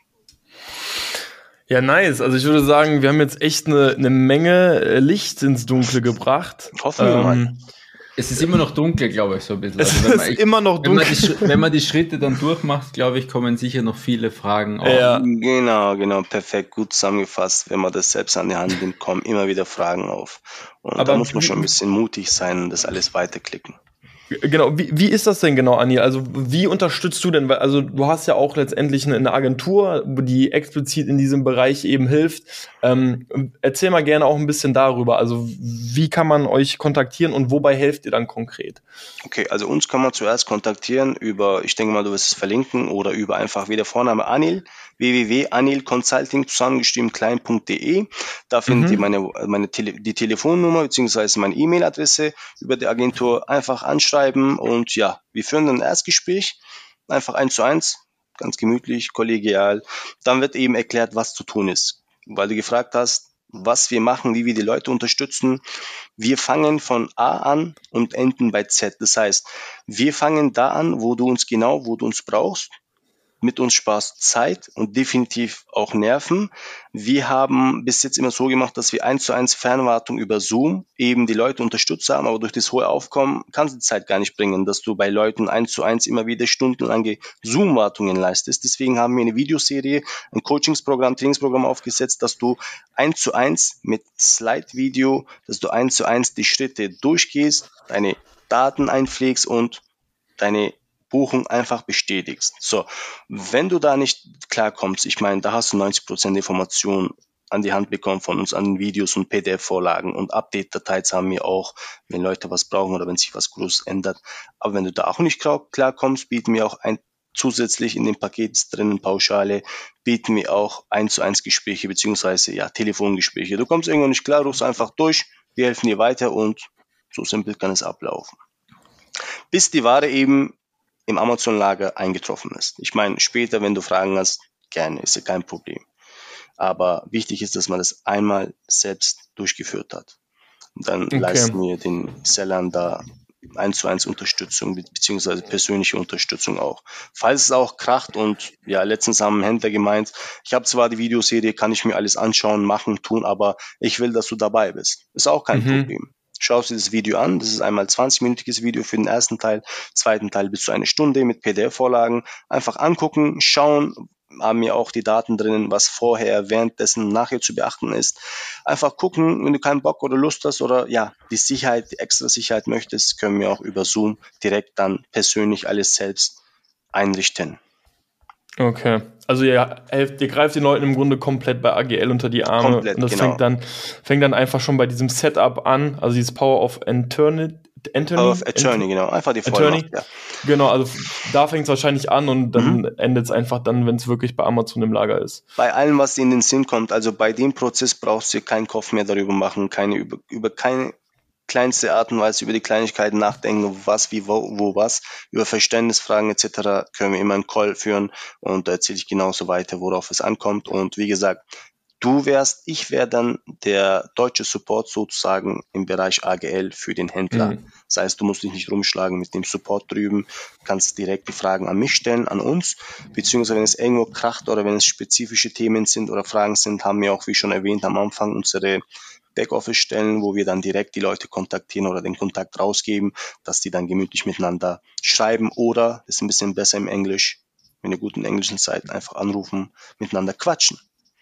Ja, nice. Also ich würde sagen, wir haben jetzt echt eine, eine Menge Licht ins Dunkle gebracht. Hoffen wir ähm, mal. Es ist immer noch dunkel, glaube ich, so ein bisschen. Es also, wenn ist ich, immer noch dunkel. Wenn man, die, wenn man die Schritte dann durchmacht, glaube ich, kommen sicher noch viele Fragen auf. Ja. Genau, genau, perfekt, gut zusammengefasst. Wenn man das selbst an die Hand nimmt, kommen immer wieder Fragen auf. Und Aber da muss man schon ein bisschen mutig sein und das alles weiterklicken. Genau, wie, wie ist das denn genau, Anni? Also wie unterstützt du denn? Weil, also du hast ja auch letztendlich eine, eine Agentur, die explizit in diesem Bereich eben hilft. Ähm, erzähl mal gerne auch ein bisschen darüber. Also wie kann man euch kontaktieren und wobei helft ihr dann konkret? Okay, also uns kann man zuerst kontaktieren über, ich denke mal, du wirst es verlinken, oder über einfach wieder Vorname Anil, w w w punkt anil consulting zusammengeschrieben klein punkt de. Da findet Mhm. ihr meine, meine Tele die Telefonnummer bzw. meine E-Mail-Adresse über die Agentur. Einfach anschreiben und ja, wir führen ein Erstgespräch, einfach eins zu eins, ganz gemütlich, kollegial. Dann wird eben erklärt, was zu tun ist, weil du gefragt hast, was wir machen, wie wir die Leute unterstützen. Wir fangen von A an und enden bei Z. Das heißt, wir fangen da an, wo du uns genau, wo du uns brauchst. Mit uns sparst Zeit und definitiv auch Nerven. Wir haben bis jetzt immer so gemacht, dass wir eins zu eins Fernwartung über Zoom eben die Leute unterstützt haben, aber durch das hohe Aufkommen kannst du die Zeit gar nicht bringen, dass du bei Leuten eins zu eins immer wieder stundenlange Zoom-Wartungen leistest. Deswegen haben wir eine Videoserie, ein Coachingsprogramm, Trainingsprogramm aufgesetzt, dass du eins zu eins mit Slide-Video, dass du eins zu eins die Schritte durchgehst, deine Daten einpflegst und deine Buchung einfach bestätigst. So, wenn du da nicht klarkommst, ich meine, da hast du neunzig Prozent Informationen an die Hand bekommen von uns, an den Videos und P D F-Vorlagen und Update-Dateien haben wir auch, wenn Leute was brauchen oder wenn sich was groß ändert. Aber wenn du da auch nicht klarkommst, bieten wir auch ein zusätzlich in dem Paket drinnen Pauschale, bieten wir auch eins zu eins Gespräche beziehungsweise ja, Telefongespräche. Du kommst irgendwo nicht klar, rufst einfach durch, wir helfen dir weiter und so simpel kann es ablaufen. Bis die Ware eben im Amazon-Lager eingetroffen ist. Ich meine, später, wenn du Fragen hast, gerne, ist ja kein Problem. Aber wichtig ist, dass man das einmal selbst durchgeführt hat. Und dann Okay. leisten wir den Sellern da eins zu eins Unterstützung, be- beziehungsweise persönliche Unterstützung auch. Falls es auch kracht und ja, letztens haben Händler gemeint, ich habe zwar die Videoserie, kann ich mir alles anschauen, machen, tun, aber ich will, dass du dabei bist. Ist auch kein Mhm. Problem. Schaust dir das Video an, das ist einmal zwanzig-minütiges Video für den ersten Teil, zweiten Teil bis zu eine Stunde mit P D F-Vorlagen. Einfach angucken, schauen, haben wir auch die Daten drinnen, was vorher, währenddessen, nachher zu beachten ist. Einfach gucken, wenn du keinen Bock oder Lust hast oder ja, die Sicherheit, die extra Sicherheit möchtest, können wir auch über Zoom direkt dann persönlich alles selbst einrichten. Okay. Also ihr helft, ihr greift den Leuten im Grunde komplett bei A G L unter die Arme. Komplett, und das genau. fängt dann, fängt dann einfach schon bei diesem Setup an, also dieses Power of Attorney. Power of Attorney, genau. Einfach die Vollmacht, Attorney. ja. Genau, also da fängt es wahrscheinlich an und dann Mhm. endet es einfach dann, wenn es wirklich bei Amazon im Lager ist. Bei allem, was dir in den Sinn kommt, also bei dem Prozess brauchst du dir keinen Kopf mehr darüber machen, keine über, über keine kleinste Art und Weise über die Kleinigkeiten nachdenken, was, wie, wo, wo was, über Verständnisfragen et cetera können wir immer einen Call führen und da erzähle ich genauso weiter, worauf es ankommt. Und wie gesagt, du wärst, ich wäre dann der deutsche Support sozusagen im Bereich A G L für den Händler. Mhm. Das heißt, du musst dich nicht rumschlagen mit dem Support drüben, kannst direkt die Fragen an mich stellen, an uns, beziehungsweise wenn es irgendwo kracht oder wenn es spezifische Themen sind oder Fragen sind, haben wir auch, wie schon erwähnt, am Anfang unsere Backoffice-Stellen, wo wir dann direkt die Leute kontaktieren oder den Kontakt rausgeben, dass die dann gemütlich miteinander schreiben oder, das ist ein bisschen besser im Englisch, wenn ihr gut in englischen seid, einfach anrufen, miteinander quatschen.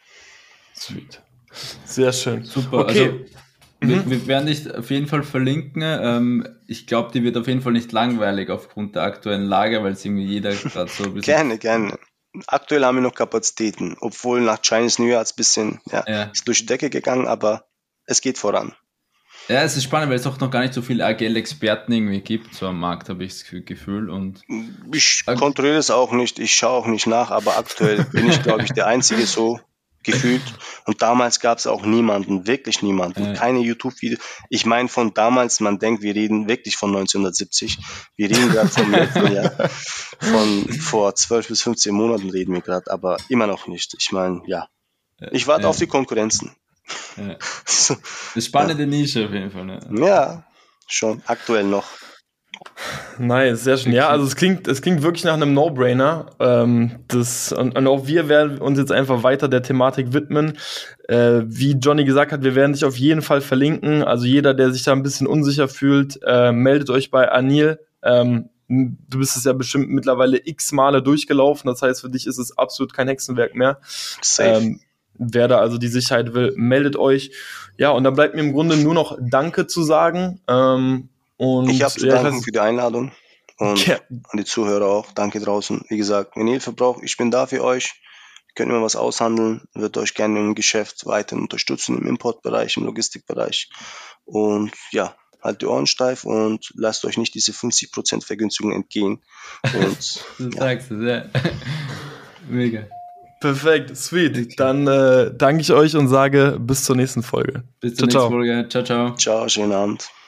Sweet. Sehr schön. Super, Okay. also wir, wir werden dich auf jeden Fall verlinken. Ähm, ich glaube, die wird auf jeden Fall nicht langweilig aufgrund der aktuellen Lage, weil es irgendwie jeder gerade so ein bisschen... Gerne, gerne. Aktuell haben wir noch Kapazitäten, obwohl nach Chinese New Year hat es ein bisschen, ja, Ja. ist durch die Decke gegangen, aber es geht voran. Ja, es ist spannend, weil es auch noch gar nicht so viele A G L-Experten irgendwie gibt, so am Markt, habe ich das Gefühl. Und Ich kontrolliere es auch nicht, ich schaue auch nicht nach, aber aktuell bin ich, glaube ich, der Einzige so gefühlt. Und damals gab es auch niemanden, wirklich niemanden, Ja. keine YouTube-Videos. Ich meine von damals, man denkt, wir reden wirklich von neunzehnhundertsiebzig. Wir reden gerade vom letzten Jahr. Von vor zwölf bis fünfzehn Monaten reden wir gerade, aber immer noch nicht. Ich meine, ja. Ich warte Ja. auf die Konkurrenzen. ja. Das ist spannende Nische auf jeden Fall. Ne? Ja, schon aktuell noch. Nice, sehr schön. Ja, also es klingt, es klingt wirklich nach einem No-Brainer. Ähm, das, und, und auch wir werden uns jetzt einfach weiter der Thematik widmen. Äh, wie Johnny gesagt hat, wir werden dich auf jeden Fall verlinken. Also jeder, der sich da ein bisschen unsicher fühlt, äh, meldet euch bei Anil. Ähm, du bist es ja bestimmt mittlerweile x Male durchgelaufen. Das heißt, für dich ist es absolut kein Hexenwerk mehr. Safe. Ähm, wer da also die Sicherheit will, meldet euch. Ja, und dann bleibt mir im Grunde nur noch Danke zu sagen. Ähm, und Ich habe zu ja, ich danken weiß- für die Einladung und Ja. an die Zuhörer auch. Danke draußen. Wie gesagt, wenn ihr Hilfe braucht, ich bin da für euch. Ihr könnt immer was aushandeln, wird euch gerne im Geschäft weiter unterstützen, im Importbereich, im Logistikbereich. Und ja, halt die Ohren steif und lasst euch nicht diese fünfzig Prozent Vergünstigung entgehen. Und Du ja, sagst es, ja. Mega. Perfekt, sweet. Okay. Dann äh, danke ich euch und sage bis zur nächsten Folge. Bis zur Ciao, nächsten ciao. Folge. Ciao, ciao. Ciao, schönen Abend.